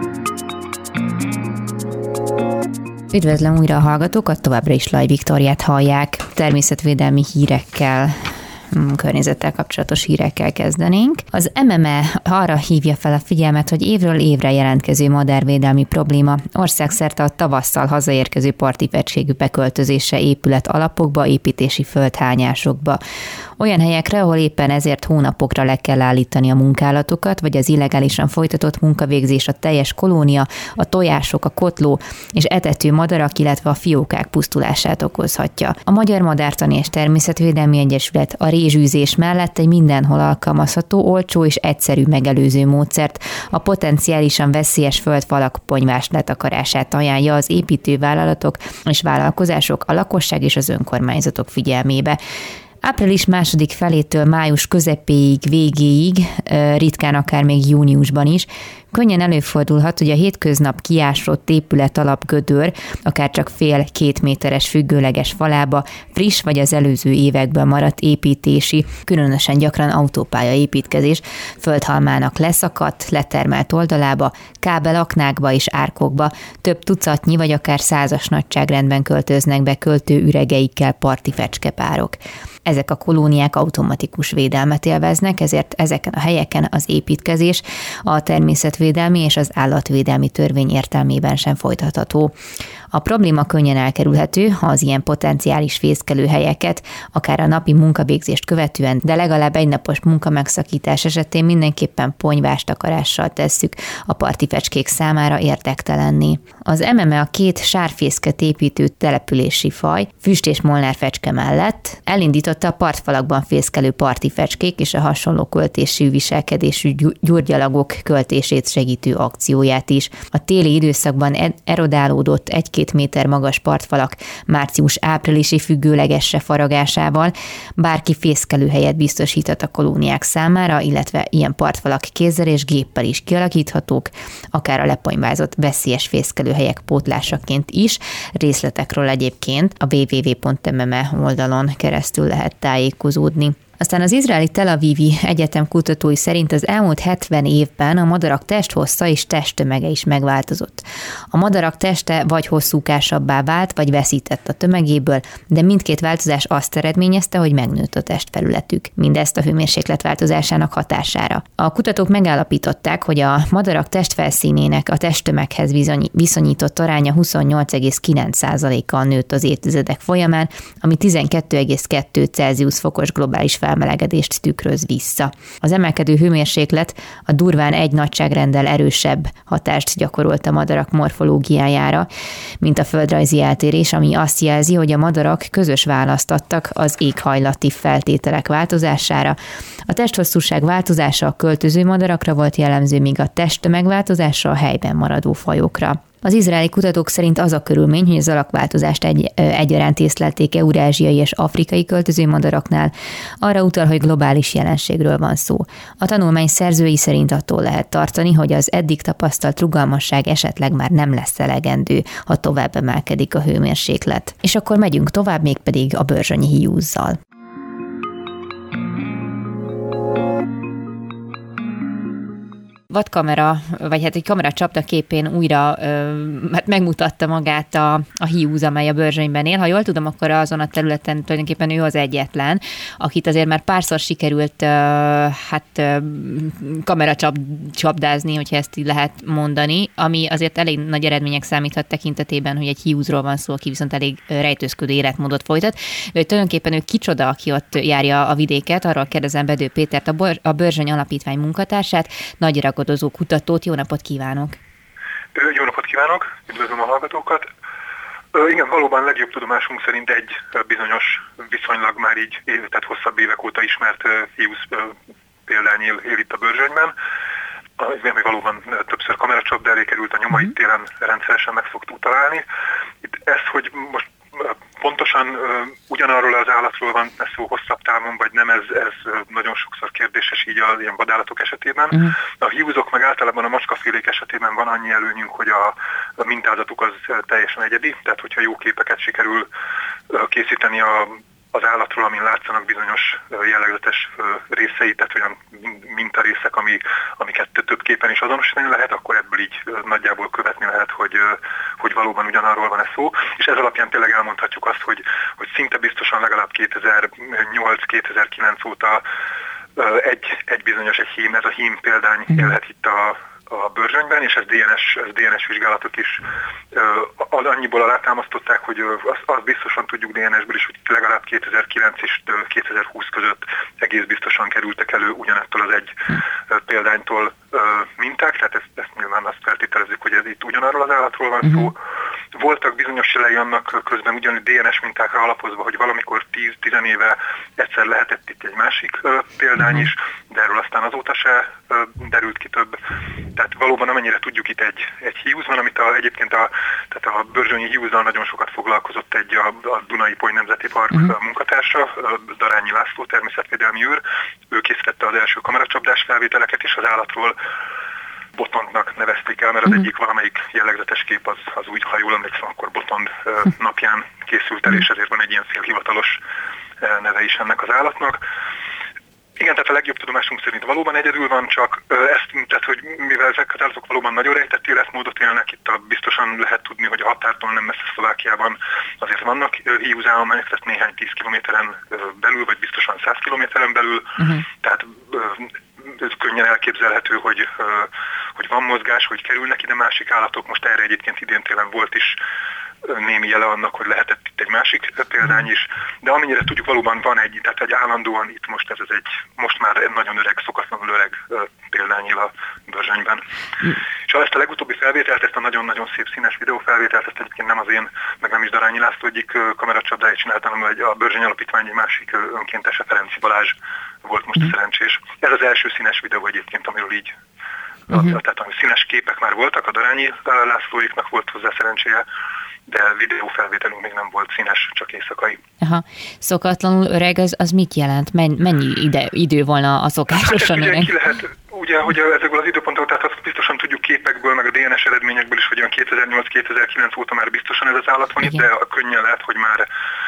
Üdvözlöm újra a hallgatókat, továbbra is Laj Viktóriát hallják. Természetvédelmi hírekkel, környezettel kapcsolatos hírekkel kezdenénk. Az em em e arra hívja fel a figyelmet, hogy évről évre jelentkező madárvédelmi probléma országszerte a tavasszal hazaérkező parti fecskék beköltözése épület alapokba, építési földhányásokba. Olyan helyekre, ahol éppen ezért hónapokra le kell állítani a munkálatokat, vagy az illegálisan folytatott munkavégzés a teljes kolónia, a tojások, a kotló és etető madarak, illetve a fiókák pusztulását okozhatja. A Magyar Madártani és Természetvédelmi Egyesület a rézsűzés mellett egy mindenhol alkalmazható, olcsó és egyszerű megelőző módszert, a potenciálisan veszélyes földfalak ponyvás letakarását ajánlja az építővállalatok és vállalkozások, a lakosság és az önkormányzatok figyelmébe. Április második felétől május közepéig, végéig, ritkán akár még júniusban is, könnyen előfordulhat, hogy a hétköznap kiásott épület alapgödör, akár csak fél-két méteres függőleges falába friss vagy az előző években maradt építési, különösen gyakran autópálya építkezés földhalmának leszakadt, letermelt oldalába, kábelaknákba és árkokba több tucatnyi vagy akár százas nagyságrendben költöznek be költő üregeikkel parti fecskepárok. Ezek a kolóniák automatikus védelmet élveznek, ezért ezeken a helyeken az építkezés a természetvédelmi és az állatvédelmi törvény értelmében sem folytatható. A probléma könnyen elkerülhető, ha az ilyen potenciális fészkelőhelyeket, akár a napi munkavégzést követően, de legalább egy napos munkamegszakítás esetén mindenképpen ponyvás takarással tesszük a parti fecskék számára érdektelenné. Az em em e a két sárfészket építő települési faj, füst és molnár fecske mellett elindította a partfalakban fészkelő parti fecskék és a hasonló költésű viselkedésű gyurgyalagok költését segítő akcióját is. A téli időszakban erodálódott egy-két méter magas partfalak március-áprilisi függőlegesre faragásával bárki fészkelőhelyet biztosíthat a kolóniák számára, illetve ilyen partfalak kézzel és géppel is kialakíthatók, akár a leponyvázott veszélyes fészkelőhelyek pótlásaként is. Részletekről egyébként a double-u double-u double-u pont em em e oldalon keresztül lehet tájékozódni. Aztán az izraeli Tel Avivi Egyetem kutatói szerint az elmúlt hetven évben a madarak testhossza és testtömege is megváltozott. A madarak teste vagy hosszúkásabbá vált, vagy veszített a tömegéből, de mindkét változás azt eredményezte, hogy megnőtt a testfelületük. Mindezt a hőmérséklet változásának hatására. A kutatók megállapították, hogy a madarak testfelszínének a testtömeghez viszonyított aránya huszonnyolc egész kilenc százalékkal nőtt az évtizedek folyamán, ami tizenkét egész kettő Celsius fokos globális felmelegedést tükröz vissza. Az emelkedő hőmérséklet a durván egy nagyságrenddel erősebb hatást gyakorolt a madarak morfológiájára, mint a földrajzi eltérés, ami azt jelzi, hogy a madarak közös választ adtak az éghajlati feltételek változására. A testhosszúság változása a költöző madarakra volt jellemző, míg a testtömeg változása a helyben maradó fajokra. Az izraeli kutatók szerint az a körülmény, hogy az alakváltozást egy, egyaránt észlelték eurázsiai és afrikai költöző madaraknál, arra utal, hogy globális jelenségről van szó. A tanulmány szerzői szerint attól lehet tartani, hogy az eddig tapasztalt rugalmasság esetleg már nem lesz elegendő, ha tovább emelkedik a hőmérséklet. És akkor megyünk tovább, mégpedig a Börzsönyi hiúzzal. vadkamera, vagy hát egy kamera csapda képén újra hát megmutatta magát a, a hiúz, amely a Börzsönyben él. Ha jól tudom, akkor azon a területen tulajdonképpen ő az egyetlen, akit azért már párszor sikerült hát kamera csap, csapdázni, hogyha ezt így lehet mondani, ami azért elég nagy eredmények számíthat tekintetében, hogy egy hiúzról van szó, aki viszont elég rejtőzködő életmódot folytat. De tulajdonképpen ő kicsoda, aki ott járja a vidéket, arról kérdezem Bedő Pétert, a, Bor- a Börzsöny Alapítvány munkatársát, nagy ragadozó kutatót. Jó napot kívánok! Jó napot kívánok! Üdvözlöm a hallgatókat! Igen, valóban legjobb tudomásunk szerint egy bizonyos, viszonylag már így, tehát hosszabb évek óta ismert hiúz példány él, él itt a Börzsönyben. Ami valóban többször kameracsapda elé került, a nyomait télen rendszeresen meg szoktuk találni. Itt ez, hogy most pontosan uh, ugyanarról az állatról van szó hosszabb távon, vagy nem, ez, ez nagyon sokszor kérdéses így az ilyen vadállatok esetében. Uh-huh. A hiúzok meg általában a macskafélék esetében van annyi előnyünk, hogy a, a mintázatuk az teljesen egyedi, tehát hogyha jó képeket sikerül uh, készíteni a az állatról, amin látszanak bizonyos jellegzetes részei, tehát olyan mintarészek, ami, amiket több képen is azonosítani lehet, akkor ebből így nagyjából követni lehet, hogy, hogy valóban ugyanarról van-e szó. És ez alapján tényleg elmondhatjuk azt, hogy, hogy szinte biztosan legalább kétezer-nyolc kétezer-kilenc óta egy, egy bizonyos egy hím, ez a hím példány élhet itt a a Börzsönyben, és ez dé en es, ez dé en es vizsgálatok is uh, annyiból alátámasztották, hogy uh, azt, azt biztosan tudjuk dé en es-ből is, hogy legalább kétezer-kilenc és uh, kétezer-húsz között egész biztosan kerültek elő ugyanettől az egy uh, példánytól uh, minták, tehát ezt, ezt nyilván azt feltételezzük, hogy ez itt ugyanarról az állatról van szó. Uh-huh. Voltak bizonyos jelei annak közben ugyanúgy dé en es mintákra alapozva, hogy valamikor tíz-tíz éve egyszer lehetett itt egy másik uh, példány is, de erről aztán azóta se uh, derült ki több. Tehát valóban amennyire tudjuk, itt egy, egy hiúz van, amit a, egyébként a, tehát a börzsönyi hiúzzal nagyon sokat foglalkozott egy a, a Duna-Ipoly Nemzeti Park uh-huh. munkatársa, Darányi László, természetvédelmi őr. Ő készítette az első kameracsapdás felvételeket, és az állatról Botondnak nevezték el, mert az egyik valamelyik jellegzetes kép az, az úgy, ha jól emlékszem, akkor Botond napján készült el, és ezért van egy ilyen félhivatalos neve is ennek az állatnak. Igen, tehát a legjobb tudomásunk szerint valóban egyedül van, csak ezt, tehát, hogy mivel ezek az állatok valóban nagyon rejtett életmódot élnek, itt a, biztosan lehet tudni, hogy a határtól nem messze Szlovákiában azért vannak hiúzállományok, tehát néhány tíz kilométeren belül, vagy biztosan száz kilométeren belül, uh-huh. tehát ez könnyen elképzelhető, hogy, hogy van mozgás, hogy kerülnek ide másik állatok, most erre egyébként idén télen volt is némi jele annak, hogy lehetett itt egy másik példány is, de amennyire tudjuk, valóban van egy, tehát egy állandóan itt most ez az egy, most már nagyon öreg, szokatlanul öreg példány él a Börzsönyben. Mm. És ezt a legutóbbi felvételt, ezt a nagyon-nagyon szép színes videófelvételt, ezt egyébként nem az én, meg nem is Darányi László egyik kameracsapdáját csináltam, hanem egy a Börzsöny Alapítvány egy másik önkéntese, Ferenci Balázs volt most mm. szerencsés. Ez az első színes videó egyébként, amiről így, uh-huh. a, tehát ami színes képek már voltak, a Darányi Lászlóiknak volt hozzá szerencséje, de videófelvételünk még nem volt színes, csak éjszakai. Aha. Szokatlanul öreg, az, az mit jelent? Mennyi ide, idő volna a szokásosan hát öreg? Ugye ki lehet, ugye, hogy ezekből az időpontokból, tehát azt biztosan tudjuk képekből, meg a dé en es eredményekből is, hogy olyan kétezer-nyolc kétezer-kilenc óta már biztosan ez az állat van itt, de könnyen lehet, hogy már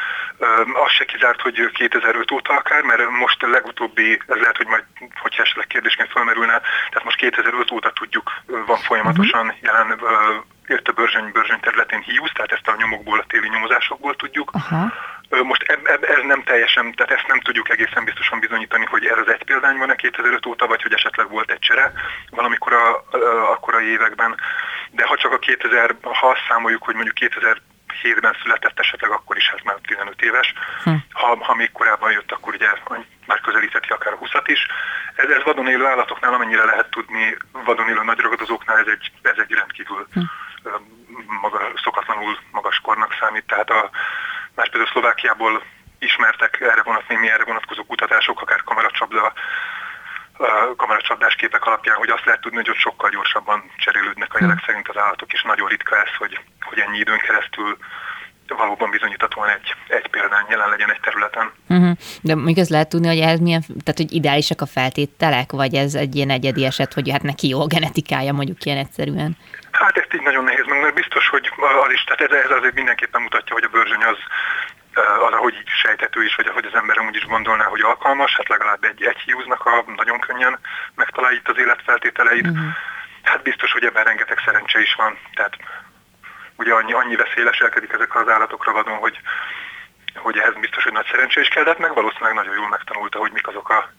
az se kizárt, hogy kétezer-öt óta akár, mert most a legutóbbi, ez lehet, hogy majd, hogyha esetleg kérdésként felmerülne, tehát most kétezer-öt óta tudjuk, van folyamatosan uh-huh. jelen jött a Börzsöny, Börzsöny területén hiúz, tehát ezt a nyomokból, a téli nyomozásokból tudjuk. Uh-huh. Most eb, eb, ez nem teljesen, tehát ezt nem tudjuk egészen biztosan bizonyítani, hogy ez az egy példány van-e kétezer-öt óta, vagy hogy esetleg volt egy csere valamikor a, a, akkorai években. De ha csak a kétezer, ha azt számoljuk, hogy mondjuk kétezer-hétben született esetleg, akkor is ez már tizenöt éves. Hm. Ha, ha még korábban jött, akkor ugye már közelítheti akár a húszat is. Ez, ez vadon élő állatoknál, amennyire lehet tudni, vadon élő nagyragadozóknál ez egy, ez egy rendkívül hm. maga, szokatlanul magas kornak számít. Tehát a, már például Szlovákiából ismertek erre vonatkozó, némi erre vonatkozó kutatások, akár kameracsapda, kameracsapdás képek alapján, hogy azt lehet tudni, hogy ott sokkal gyorsabban cserélődnek a jelek szerint az állatok, és nagyon ritka ez, hogy, hogy ennyi időn keresztül valóban bizonyíthatóan egy, egy példány jelen legyen egy területen. Uh-huh. De még azt lehet tudni, hogy ez milyen, tehát hogy ideálisak a feltételek, vagy ez egy ilyen egyedi eset, hogy hát neki jó a genetikája, mondjuk ilyen egyszerűen? Hát ezt így nagyon nehéz meg, mert biztos, hogy az is, tehát ez, ez azért mindenképpen mutatja, hogy a Börzsöny az az, ahogy így sejthető is, vagy ahogy az ember amúgy is gondolná, hogy alkalmas, hát legalább egy, egy hiúznak a nagyon könnyen megtalálja itt az életfeltételeit. Uh-huh. Hát biztos, hogy ebben rengeteg szerencse is van. Tehát ugye annyi, annyi veszély leselkedik ezekre az állatokra vadon, hogy, hogy ehhez biztos, hogy nagy szerencse is kell, de hát meg valószínűleg nagyon jól megtanulta, hogy mik azok a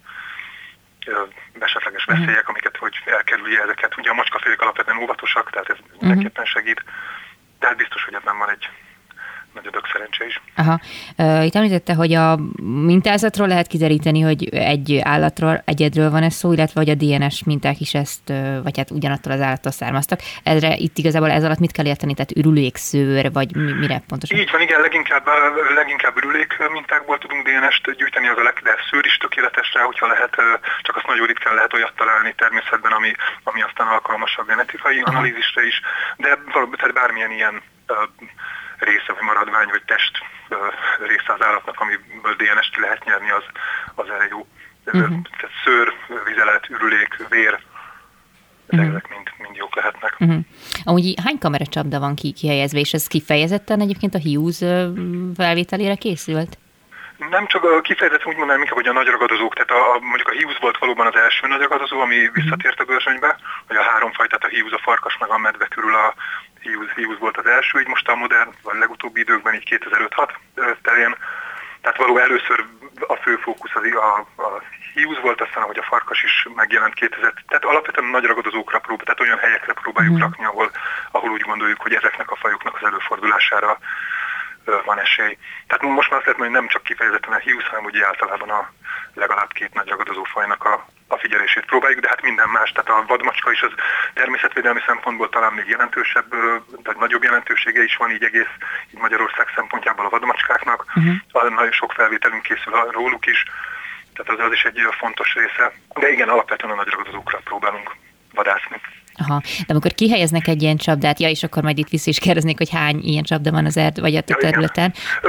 esetleges veszélyek, amiket hogy elkerülje ezeket. Ugye a macskafélék alapvetően óvatosak, tehát ez uh-huh. mindenképpen segít. De hát biztos, hogy ebben van egy nagy adag szerencse is. Aha. Itt említette, hogy a mintázatról lehet kideríteni, hogy egy állatról, egyedről van ez szó, illetve hogy a dé en es minták is ezt, vagy hát ugyanattól az állattól származtak. Ezre itt igazából ez alatt mit kell érteni? Tehát ürülékszőr, vagy mire pontosan? Így van, igen, leginkább, leginkább ürülék mintákból tudunk dé en est gyűjteni, az a leg, de szőr is tökéletes rá, hogyha lehet, csak azt nagyon ritkán lehet olyat találni természetben, ami, ami aztán alkalmas a genetikai Aha. analízisre is, de tehát bármilyen ilyen része, vagy maradvány, vagy test uh, része az állatnak, amiből dé en est ki lehet nyerni, az, az erre jó. Uh-huh. Tehát szőr, vizelet, ürülék, vér, uh-huh. ezek mind, mind jók lehetnek. Uh-huh. Amúgy hány kameracsapda van ki, kihelyezve, és ez kifejezetten egyébként a hiúz felvételére készült? Nem csak kifejezetten úgy mondanám inkább, hogy a nagy ragadozók, tehát a, a, mondjuk a hiúz volt valóban az első nagy ragadozó, ami visszatért a bőrzsönybe, vagy a három fajtát, a hiúz, a farkas, meg a medve körül a hiúz, hiúz volt az első, így most a modern, vagy legutóbbi időkben, így kétezer-öt-hat terén. Tehát való először a fő fókusz az a, a hiúz volt, aztán ahogy a farkas is megjelent kétezer. Tehát alapvetően nagy ragadozókra próbál, tehát olyan helyekre próbáljuk mm. rakni, ahol, ahol úgy gondoljuk, hogy ezeknek a fajoknak az előfordulására van esély. Tehát most már azt lehet mondani, hogy nem csak kifejezetten a hiúz, hanem ugye általában a legalább két nagy ragadozó fajnak a, a figyelését próbáljuk, de hát minden más. Tehát a vadmacska is az természetvédelmi szempontból talán még jelentősebb, tehát nagyobb jelentősége is van így egész így Magyarország szempontjából a vadmacskáknak. Uh-huh. Nagyon sok felvételünk készül róluk is, tehát az, az is egy fontos része. De igen, alapvetően a nagy ragadozókra próbálunk vadászni. Aha, de amikor kihelyeznek egy ilyen csapdát, ja, és akkor majd itt vissza is kérdeznék, hogy hány ilyen csapda van az erd, vagy a ja, területen.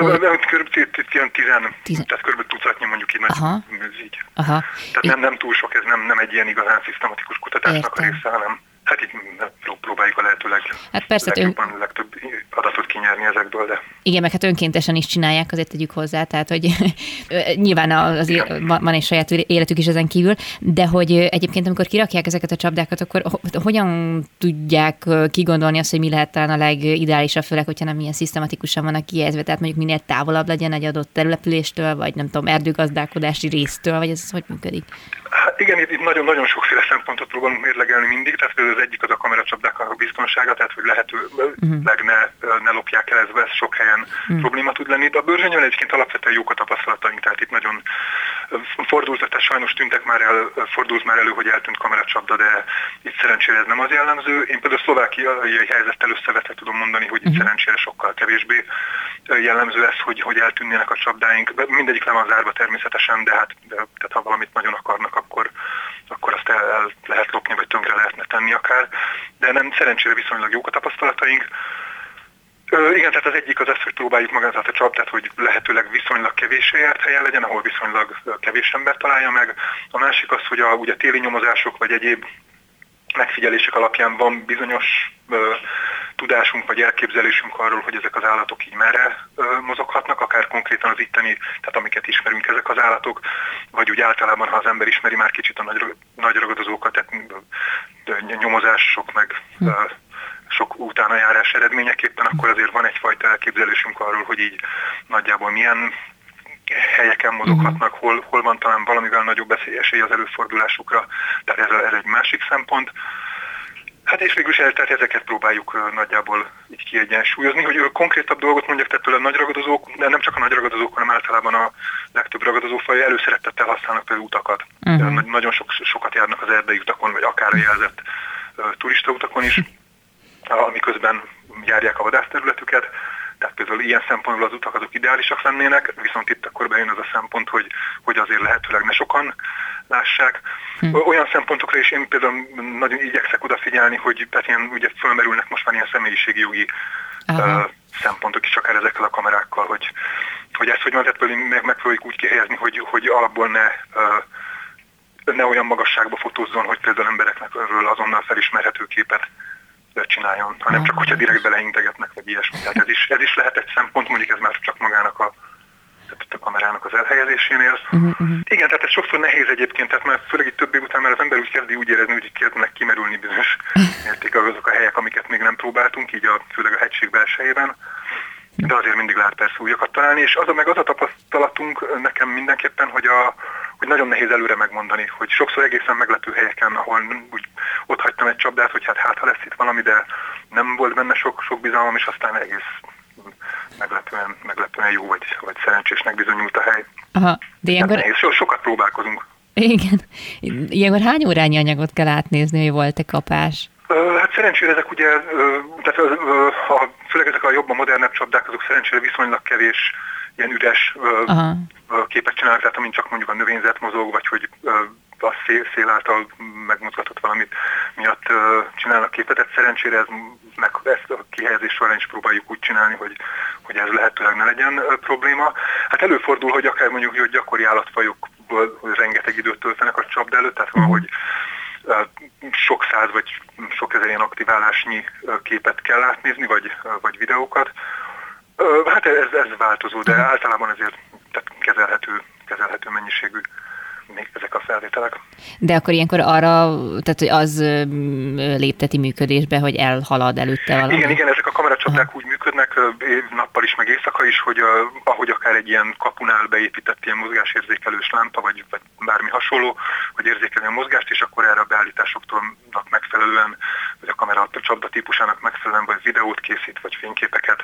Körülbelül tizen, tehát körülbelül tucatnyi mondjuk így, Aha. így. Aha. Tehát nem, nem túl sok, ez nem, nem egy ilyen igazán szisztematikus kutatásnak Értem. a része, hanem hát így próbáljuk a lehetőleg hát persze, legjobban, ön... legtöbb adatot kinyerni ezekből, de... Igen, meg hát önkéntesen is csinálják, azért tegyük hozzá, tehát hogy nyilván az él, van egy saját életük is ezen kívül, de hogy egyébként amikor kirakják ezeket a csapdákat, akkor hogyan tudják kigondolni azt, hogy mi lehet talán a legideálisabb, főleg, hogyha nem ilyen szisztematikusan vannak kihelyezve, tehát mondjuk minél távolabb legyen egy adott településtől, vagy nem tudom, erdőgazdálkodási résztől, vagy ez hogy működik? Hát igen, itt, itt nagyon-nagyon sokféle szempontot próbálunk mérlegelni mindig, tehát például az egyik az a kameracsapdáknak a biztonsága, tehát hogy lehetőleg uh-huh. ne, ne lopják el, ez, ez sok helyen uh-huh. probléma tud lenni. De a bőrzsönyön egyébként alapvetően jók a tapasztalataink, tehát itt nagyon fordult, tehát sajnos tűntek már el, fordult már elő, hogy eltűnt kameracsapda, de itt szerencsére ez nem az jellemző. Én például a szlovákiai helyzettel összevetve tudom mondani, hogy itt uh-huh. szerencsére sokkal kevésbé jellemző ez, hogy, hogy eltűnnének a csapdáink. Mindegyik le van zárva természetesen, de hát de, tehát ha valamit nagyon akarnak, akkor, akkor azt el, el lehet lopni, vagy tönkre lehetne tenni akár. De nem, szerencsére viszonylag jók a tapasztalataink. Ö, igen, tehát az egyik az az, hogy próbáljuk magát a csapdát, hogy lehetőleg viszonylag kevéssé járt helyen legyen, ahol viszonylag kevés ember találja meg. A másik az, hogy a ugye téli nyomozások, vagy egyéb megfigyelések alapján van bizonyos ö, tudásunk vagy elképzelésünk arról, hogy ezek az állatok így merre ö, mozoghatnak, akár konkrétan az itteni, tehát amiket ismerünk ezek az állatok, vagy úgy általában, ha az ember ismeri már kicsit a nagy, nagy ragadozókat, tehát ö, nyomozások, meg ö, sok utánajárás eredményeképpen, akkor azért van egyfajta elképzelésünk arról, hogy így nagyjából milyen helyeken mozoghatnak, hol, hol van talán valamivel nagyobb esély az előfordulásukra, tehát ez, a, ez egy másik szempont. Hát és végül is tehát ezeket próbáljuk nagyjából így kiegyensúlyozni, hogy konkrétabb dolgot mondjak, tehát például a nagy ragadozók, de nem csak a nagy ragadozók, hanem általában a legtöbb ragadozófaj előszeretettel használnak például utakat. Uh-huh. Nagyon sok, sokat járnak az erdei utakon, vagy akár a jelzett uh, turistautakon is, amiközben járják a vadászterületüket. Tehát például ilyen szempontból az utak azok ideálisak lennének, viszont itt akkor bejön az a szempont, hogy, hogy azért lehetőleg ne sokan lássák. Hm. Olyan szempontokra is én például nagyon igyekszek odafigyelni, hogy tehát ilyen, ugye fölmerülnek most már ilyen személyiségjogi uh, szempontok is akár ezekkel a kamerákkal, hogy, hogy ezt hogy van, tehát például meg, megpróbáljuk úgy kihelyezni, hogy, hogy alapból ne, uh, ne olyan magasságba fotózzon, hogy például embereknek erről azonnal felismerhető képet csináljon, hanem csak hogyha direkt beleintegetnek, vagy ilyesmi. Tehát ez is, ez is lehet egy szempont, mondjuk ez már csak magának a tehát a kamerának az elhelyezésénél. Uh-huh, uh-huh. Igen, tehát ez sokszor nehéz egyébként, tehát már főleg itt több év után már az ember úgy kezdi úgy érezni, hogy kezdenek kimerülni bizonyos mértékben azok a helyek, amiket még nem próbáltunk, így a, főleg a hegység belsejében. De azért mindig lehet persze újakat találni, és az a, meg az a tapasztalatunk nekem mindenképpen, hogy, a, hogy nagyon nehéz előre megmondani, hogy sokszor egészen meglepő helyeken, ahol úgy ott hagytam egy csapdát, hogy hát hát ha lesz itt valami, de nem volt benne sok, sok bizalmam, és aztán egész meglepően, meglepően jó, vagy, vagy szerencsésnek bizonyult a hely. Aha, de ilyenkor... nehéz, so, sokat próbálkozunk. Igen. Ilyenkor hány órányi anyagot kell átnézni, hogy volt-e kapás? Hát szerencsére ezek ugye, tehát a, főleg ezek a jobban modernebb csapdák, azok szerencsére viszonylag kevés ilyen üres Aha. képet csinálnak, tehát amint csak mondjuk a növényzet mozog, vagy hogy a szél, szél által megmozgatott valamit miatt csinálnak képet, tehát szerencsére ez, meg ezt a kihelyezés során is próbáljuk úgy csinálni, hogy, hogy ez lehetőleg ne legyen probléma. Hát előfordul, hogy akár mondjuk hogy gyakori állatfajokból rengeteg időt töltenek a csapda előtt, tehát uh-huh. hogy sok száz vagy sok ezer ilyen aktiválásnyi képet kell átnézni, vagy, vagy videókat. Hát ez, ez változó, de általában azért tehát kezelhető, kezelhető mennyiségű még ezek a felvételek. De akkor ilyenkor arra, tehát hogy az lépteti működésbe, hogy elhalad előtte valami? Igen, igen, ezek a kameracsapdák úgy működnek nappal is, meg éjszaka is, hogy ahogy akár egy ilyen kapunál beépített ilyen mozgásérzékelős lámpa, vagy, vagy bármi hasonló, hogy érzékelni a mozgást, és akkor erre a beállításoktól megfelelően, vagy a kamera csapda típusának megfelelően, vagy videót készít, vagy fényképeket.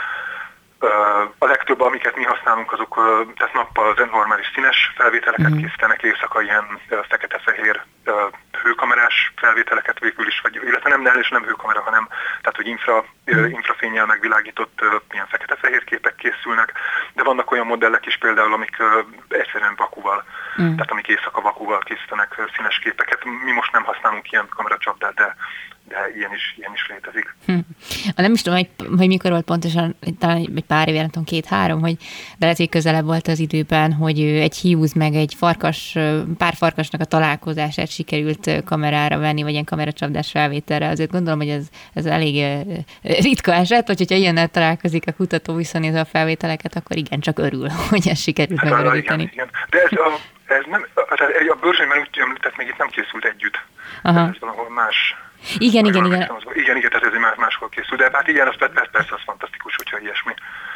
A legtöbb, amiket mi használunk, azok tehát nappal az normális színes felvételeket mm. készítenek, éjszaka ilyen fekete-fehér hőkamerás felvételeket végül is, vagy, illetve nem, nem, nem hőkamera, hanem tehát, hogy infra, mm. infrafénnyel megvilágított ilyen fekete-fehér képek készülnek, de vannak olyan modellek is például, amik egyszerűen vakuval, mm. tehát amik éjszaka vakuval készítenek színes képeket. Mi most nem használunk ilyen kameracsapdát, de de ilyen is, ilyen is létezik. Hm. Nem is tudom, hogy, hogy mikor volt pontosan, talán egy pár év, nem tudom, két-három, hogy de lehet, hogy közelebb volt az időben, hogy egy hiúz meg egy farkas, pár farkasnak a találkozását sikerült kamerára venni, vagy ilyen kameracsapdás felvételre. Azért gondolom, hogy ez, ez elég ritka eset, vagy hogyha ilyennel találkozik a kutató, viszonyítva a felvételeket, akkor igen, csak örül, hogy ez sikerült hát, megrövidíteni. Igen, igen. De ez a, ez nem, a bőrzsönyben úgy említett, még itt nem készült együtt. Ez valahol más. Igen, igen, igen. Igen, igen, tehát ez egy más, máshol készül, de hát igen, az persze az fantasztikus, hogyha ilyesmi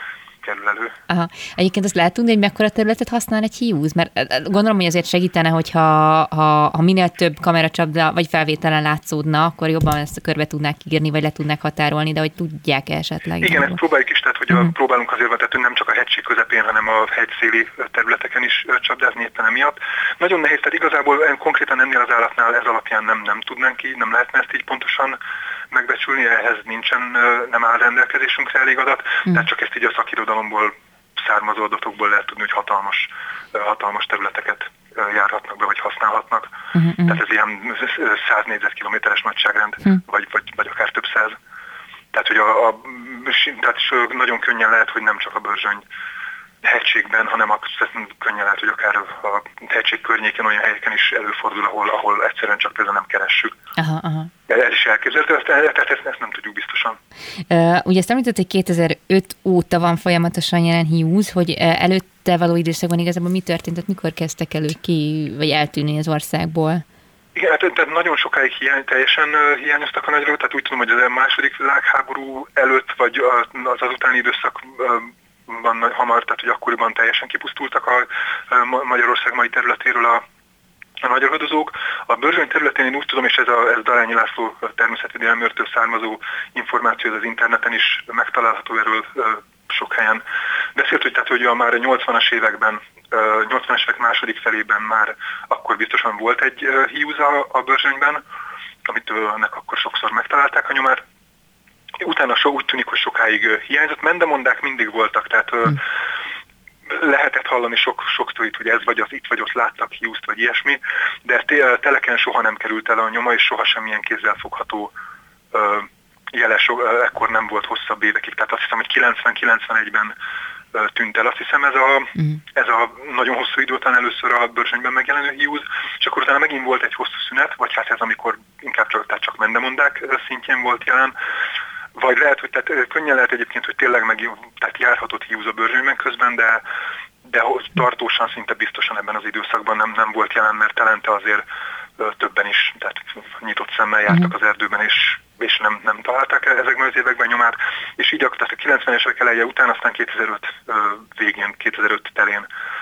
kerül elő. Aha. Egyébként azt lehet tudni, hogy mekkora területet használ egy hiúz? Mert gondolom, hogy azért segítene, hogyha ha, ha minél több kameracsapda vagy felvételen látszódna, akkor jobban ezt a körbe tudnák írni, vagy le tudnák határolni, de hogy tudják esetleg. Igen, ezt próbáljuk is, tehát hogy uh-huh. próbálunk azért, tehát nem csak a hegység közepén, hanem a hegyszéli területeken is csapdázni éppen emiatt. Nagyon nehéz, tehát igazából konkrétan ennél az állatnál ez alapján nem, nem tudnánk így, nem lehetne ezt így pontosan megbecsülni, ehhez nincsen, nem áll rendelkezésünkre elég adat, mm. tehát csak ezt így a szakirodalomból származó adatokból lehet tudni, hogy hatalmas, hatalmas területeket járhatnak be, vagy használhatnak. Mm-hmm. Tehát ez ilyen száz négyzetkilométeres nagyságrend, mm. vagy, vagy, vagy akár több száz. Tehát, hogy a, a, tehát nagyon könnyen lehet, hogy nem csak a Börzsöny hegységben, hanem a, könnyen lehet, hogy akár a hegység környéken olyan helyeken is előfordul, ahol, ahol egyszerűen csak például nem keressük. Aha, aha. Ez is elképzelhető, tehát ezt, ezt nem tudjuk biztosan. Uh, ugye ezt említett, hogy kétezer-öt óta van folyamatosan jelen hiúz, hogy uh, előtte való időszakban igazából mi történt, tehát mikor kezdtek elő ki, vagy eltűnni az országból? Igen, hát tehát nagyon sokáig hiány, teljesen uh, hiányoztak a nagyról, tehát úgy tudom, hogy a második világháború előtt, vagy az az utáni időszak uh, van hamar, tehát hogy akkoriban teljesen kipusztultak a Magyarország mai területéről a, a nagyragadozók. A Börzsöny területén én úgy tudom, és ez a ez Darányi László természetvédelemőrtől származó információ, ez az interneten is megtalálható, erről sok helyen beszélt, hogy, tehát, hogy a már a nyolcvanas években, nyolcvanas évek második felében már akkor biztosan volt egy hiúz a, a Börzsönyben, amit ennek akkor sokszor megtalálták a nyomát. Utána so, úgy tűnik, hogy sokáig hiányzott, mendemondák mindig voltak, tehát hmm. lehetett hallani sok, sok sztorit, hogy ez vagy az, itt vagy ott láttak hiúzt, vagy ilyesmi, de teleken soha nem került el a nyoma, és soha semmilyen kézzelfogható jeles, ekkor nem volt hosszabb évekig, tehát azt hiszem, hogy kilencven-kilencvenegyben tűnt el. Azt hiszem, ez a, mm. ez a nagyon hosszú idő után először a Börzsönyben megjelenő hiúz, és akkor utána megint volt egy hosszú szünet, vagy hát ez amikor inkább csak, tehát csak mendemondák szintjén volt jelen, vagy lehet, hogy tehát könnyen lehet egyébként, hogy tényleg meg, tehát járhatott hiúz a Börzsönyben közben, de, de tartósan, szinte biztosan ebben az időszakban nem, nem volt jelen, mert telente azért többen is, tehát nyitott szemmel jártak az erdőben, és, és nem, nem találták ezekben az években nyomát, és így tehát a kilencvenes évek eleje után, aztán kétezer-öt végén, kétezer-öt telén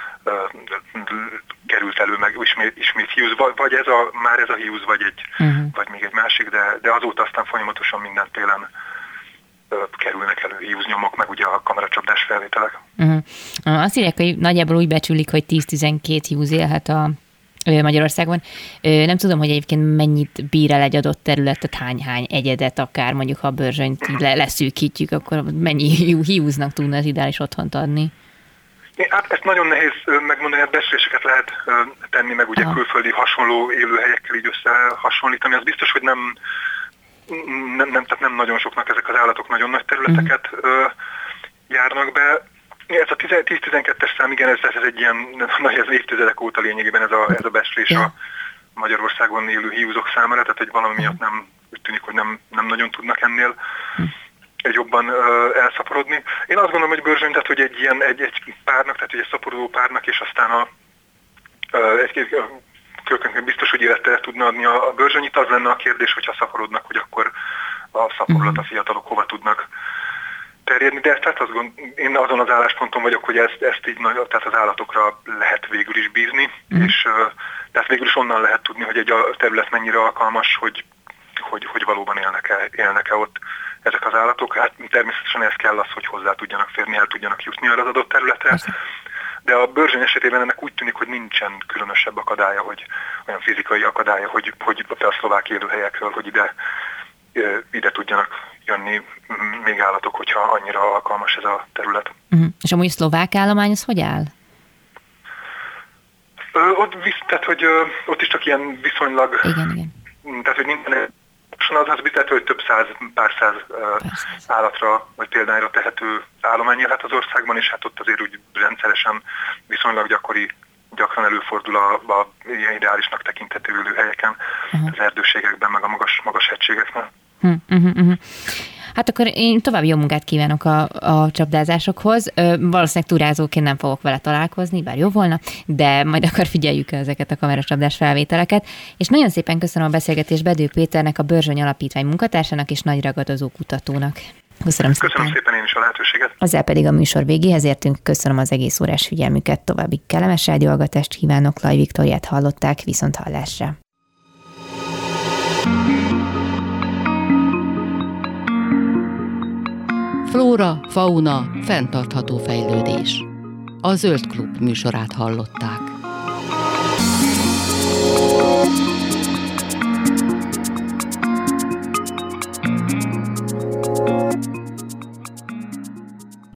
került elő meg ismét, ismét hiúz, vagy ez a, már ez a hiúz, vagy, egy, uh-huh. vagy még egy másik, de, de azóta aztán folyamatosan minden télen kerülnek elő hiúznyomok, meg ugye a kameracsapdás felvételek. Uh-huh. Azt írják, hogy nagyjából úgy becsülik, hogy tíz-tizenkét hiúz élhet a Magyarországon. Nem tudom, hogy egyébként mennyit bír el egy adott terület, tehát hány-hány egyedet, akár mondjuk ha a Börzsönyt le- leszűkítjük, akkor mennyi hiúznak tudna az ideális otthont adni? Hát ezt nagyon nehéz megmondani, hát becsléseket lehet tenni, meg ugye Aha. külföldi hasonló élőhelyekkel így összehasonlítani. Az biztos, hogy nem, nem, nem, tehát nem nagyon soknak ezek az állatok nagyon nagy területeket uh-huh. járnak be. Ez a tíz-tizenkettes szám, igen, ez, ez egy ilyen nagy, ez évtizedek óta lényegében ez a, ez a becslés yeah. a Magyarországon élő hiúzok számára, tehát hogy valami miatt nem, úgy tűnik, hogy nem, nem nagyon tudnak ennél uh-huh. jobban uh, elszaporodni. Én azt gondolom, hogy Börzsöny, tehát hogy egy ilyen egy, egy párnak, tehát hogy egy szaporodó párnak, és aztán a uh, egy kölkönknek biztos, hogy életteret tudna adni a, a Börzsönyit. Az lenne a kérdés, hogyha szaporodnak, hogy akkor a szaporulat, a fiatalok hova tudnak terjedni. De ezt, azt gond, én azon az állásponton vagyok, hogy ezt, ezt így nagy, tehát az állatokra lehet végül is bízni, mm. és uh, tehát végül is onnan lehet tudni, hogy egy a terület mennyire alkalmas, hogy, hogy, hogy valóban élnek-e, élnek-e ott ezek az állatok. Hát természetesen ez kell az, hogy hozzá tudjanak férni, el tudjanak jutni arra az adott területre. De a Börzsöny esetében ennek úgy tűnik, hogy nincsen különösebb akadálya, hogy olyan fizikai akadálya, hogy, hogy a szlovák élőhelyekről, hogy ide, ide tudjanak jönni még állatok, hogyha annyira alkalmas ez a terület. Uh-huh. És amúgy a szlovák állomány az hogy áll? Ö, ott, visz, tehát, hogy ö, ott is csak ilyen viszonylag, igen, igen. tehát hogy minden az az biztos, hogy több száz, pár száz uh, állatra vagy példányra tehető állomány élhet az országban, és hát ott azért úgy rendszeresen viszonylag gyakori, gyakran előfordul a, a ilyen ideálisnak tekinthető élőhelyeken, uh-huh. az erdőségekben, meg a magas, magas hegységekben. Uh-huh, uh-huh. Hát akkor én további jó munkát kívánok a, a csapdázásokhoz. Valószínűleg turázóként nem fogok vele találkozni, bár jó volna, de majd akkor figyeljük ezeket a kameracsapdás felvételeket. És nagyon szépen köszönöm a beszélgetést Bedő Péternek, a Börzsöny Alapítvány munkatársának és nagy ragadozó kutatónak. Köszönöm szépen. Köszönöm szépen én is a lehetőséget. Ezzel pedig a műsor végéhez értünk. Köszönöm az egész órás figyelmüket, további kellemes rádióhallgatást kívánok. Laj Viktóriát hallották, viszont hallásra. Flóra, fauna, fenntartható fejlődés. A Zöld Klub műsorát hallották.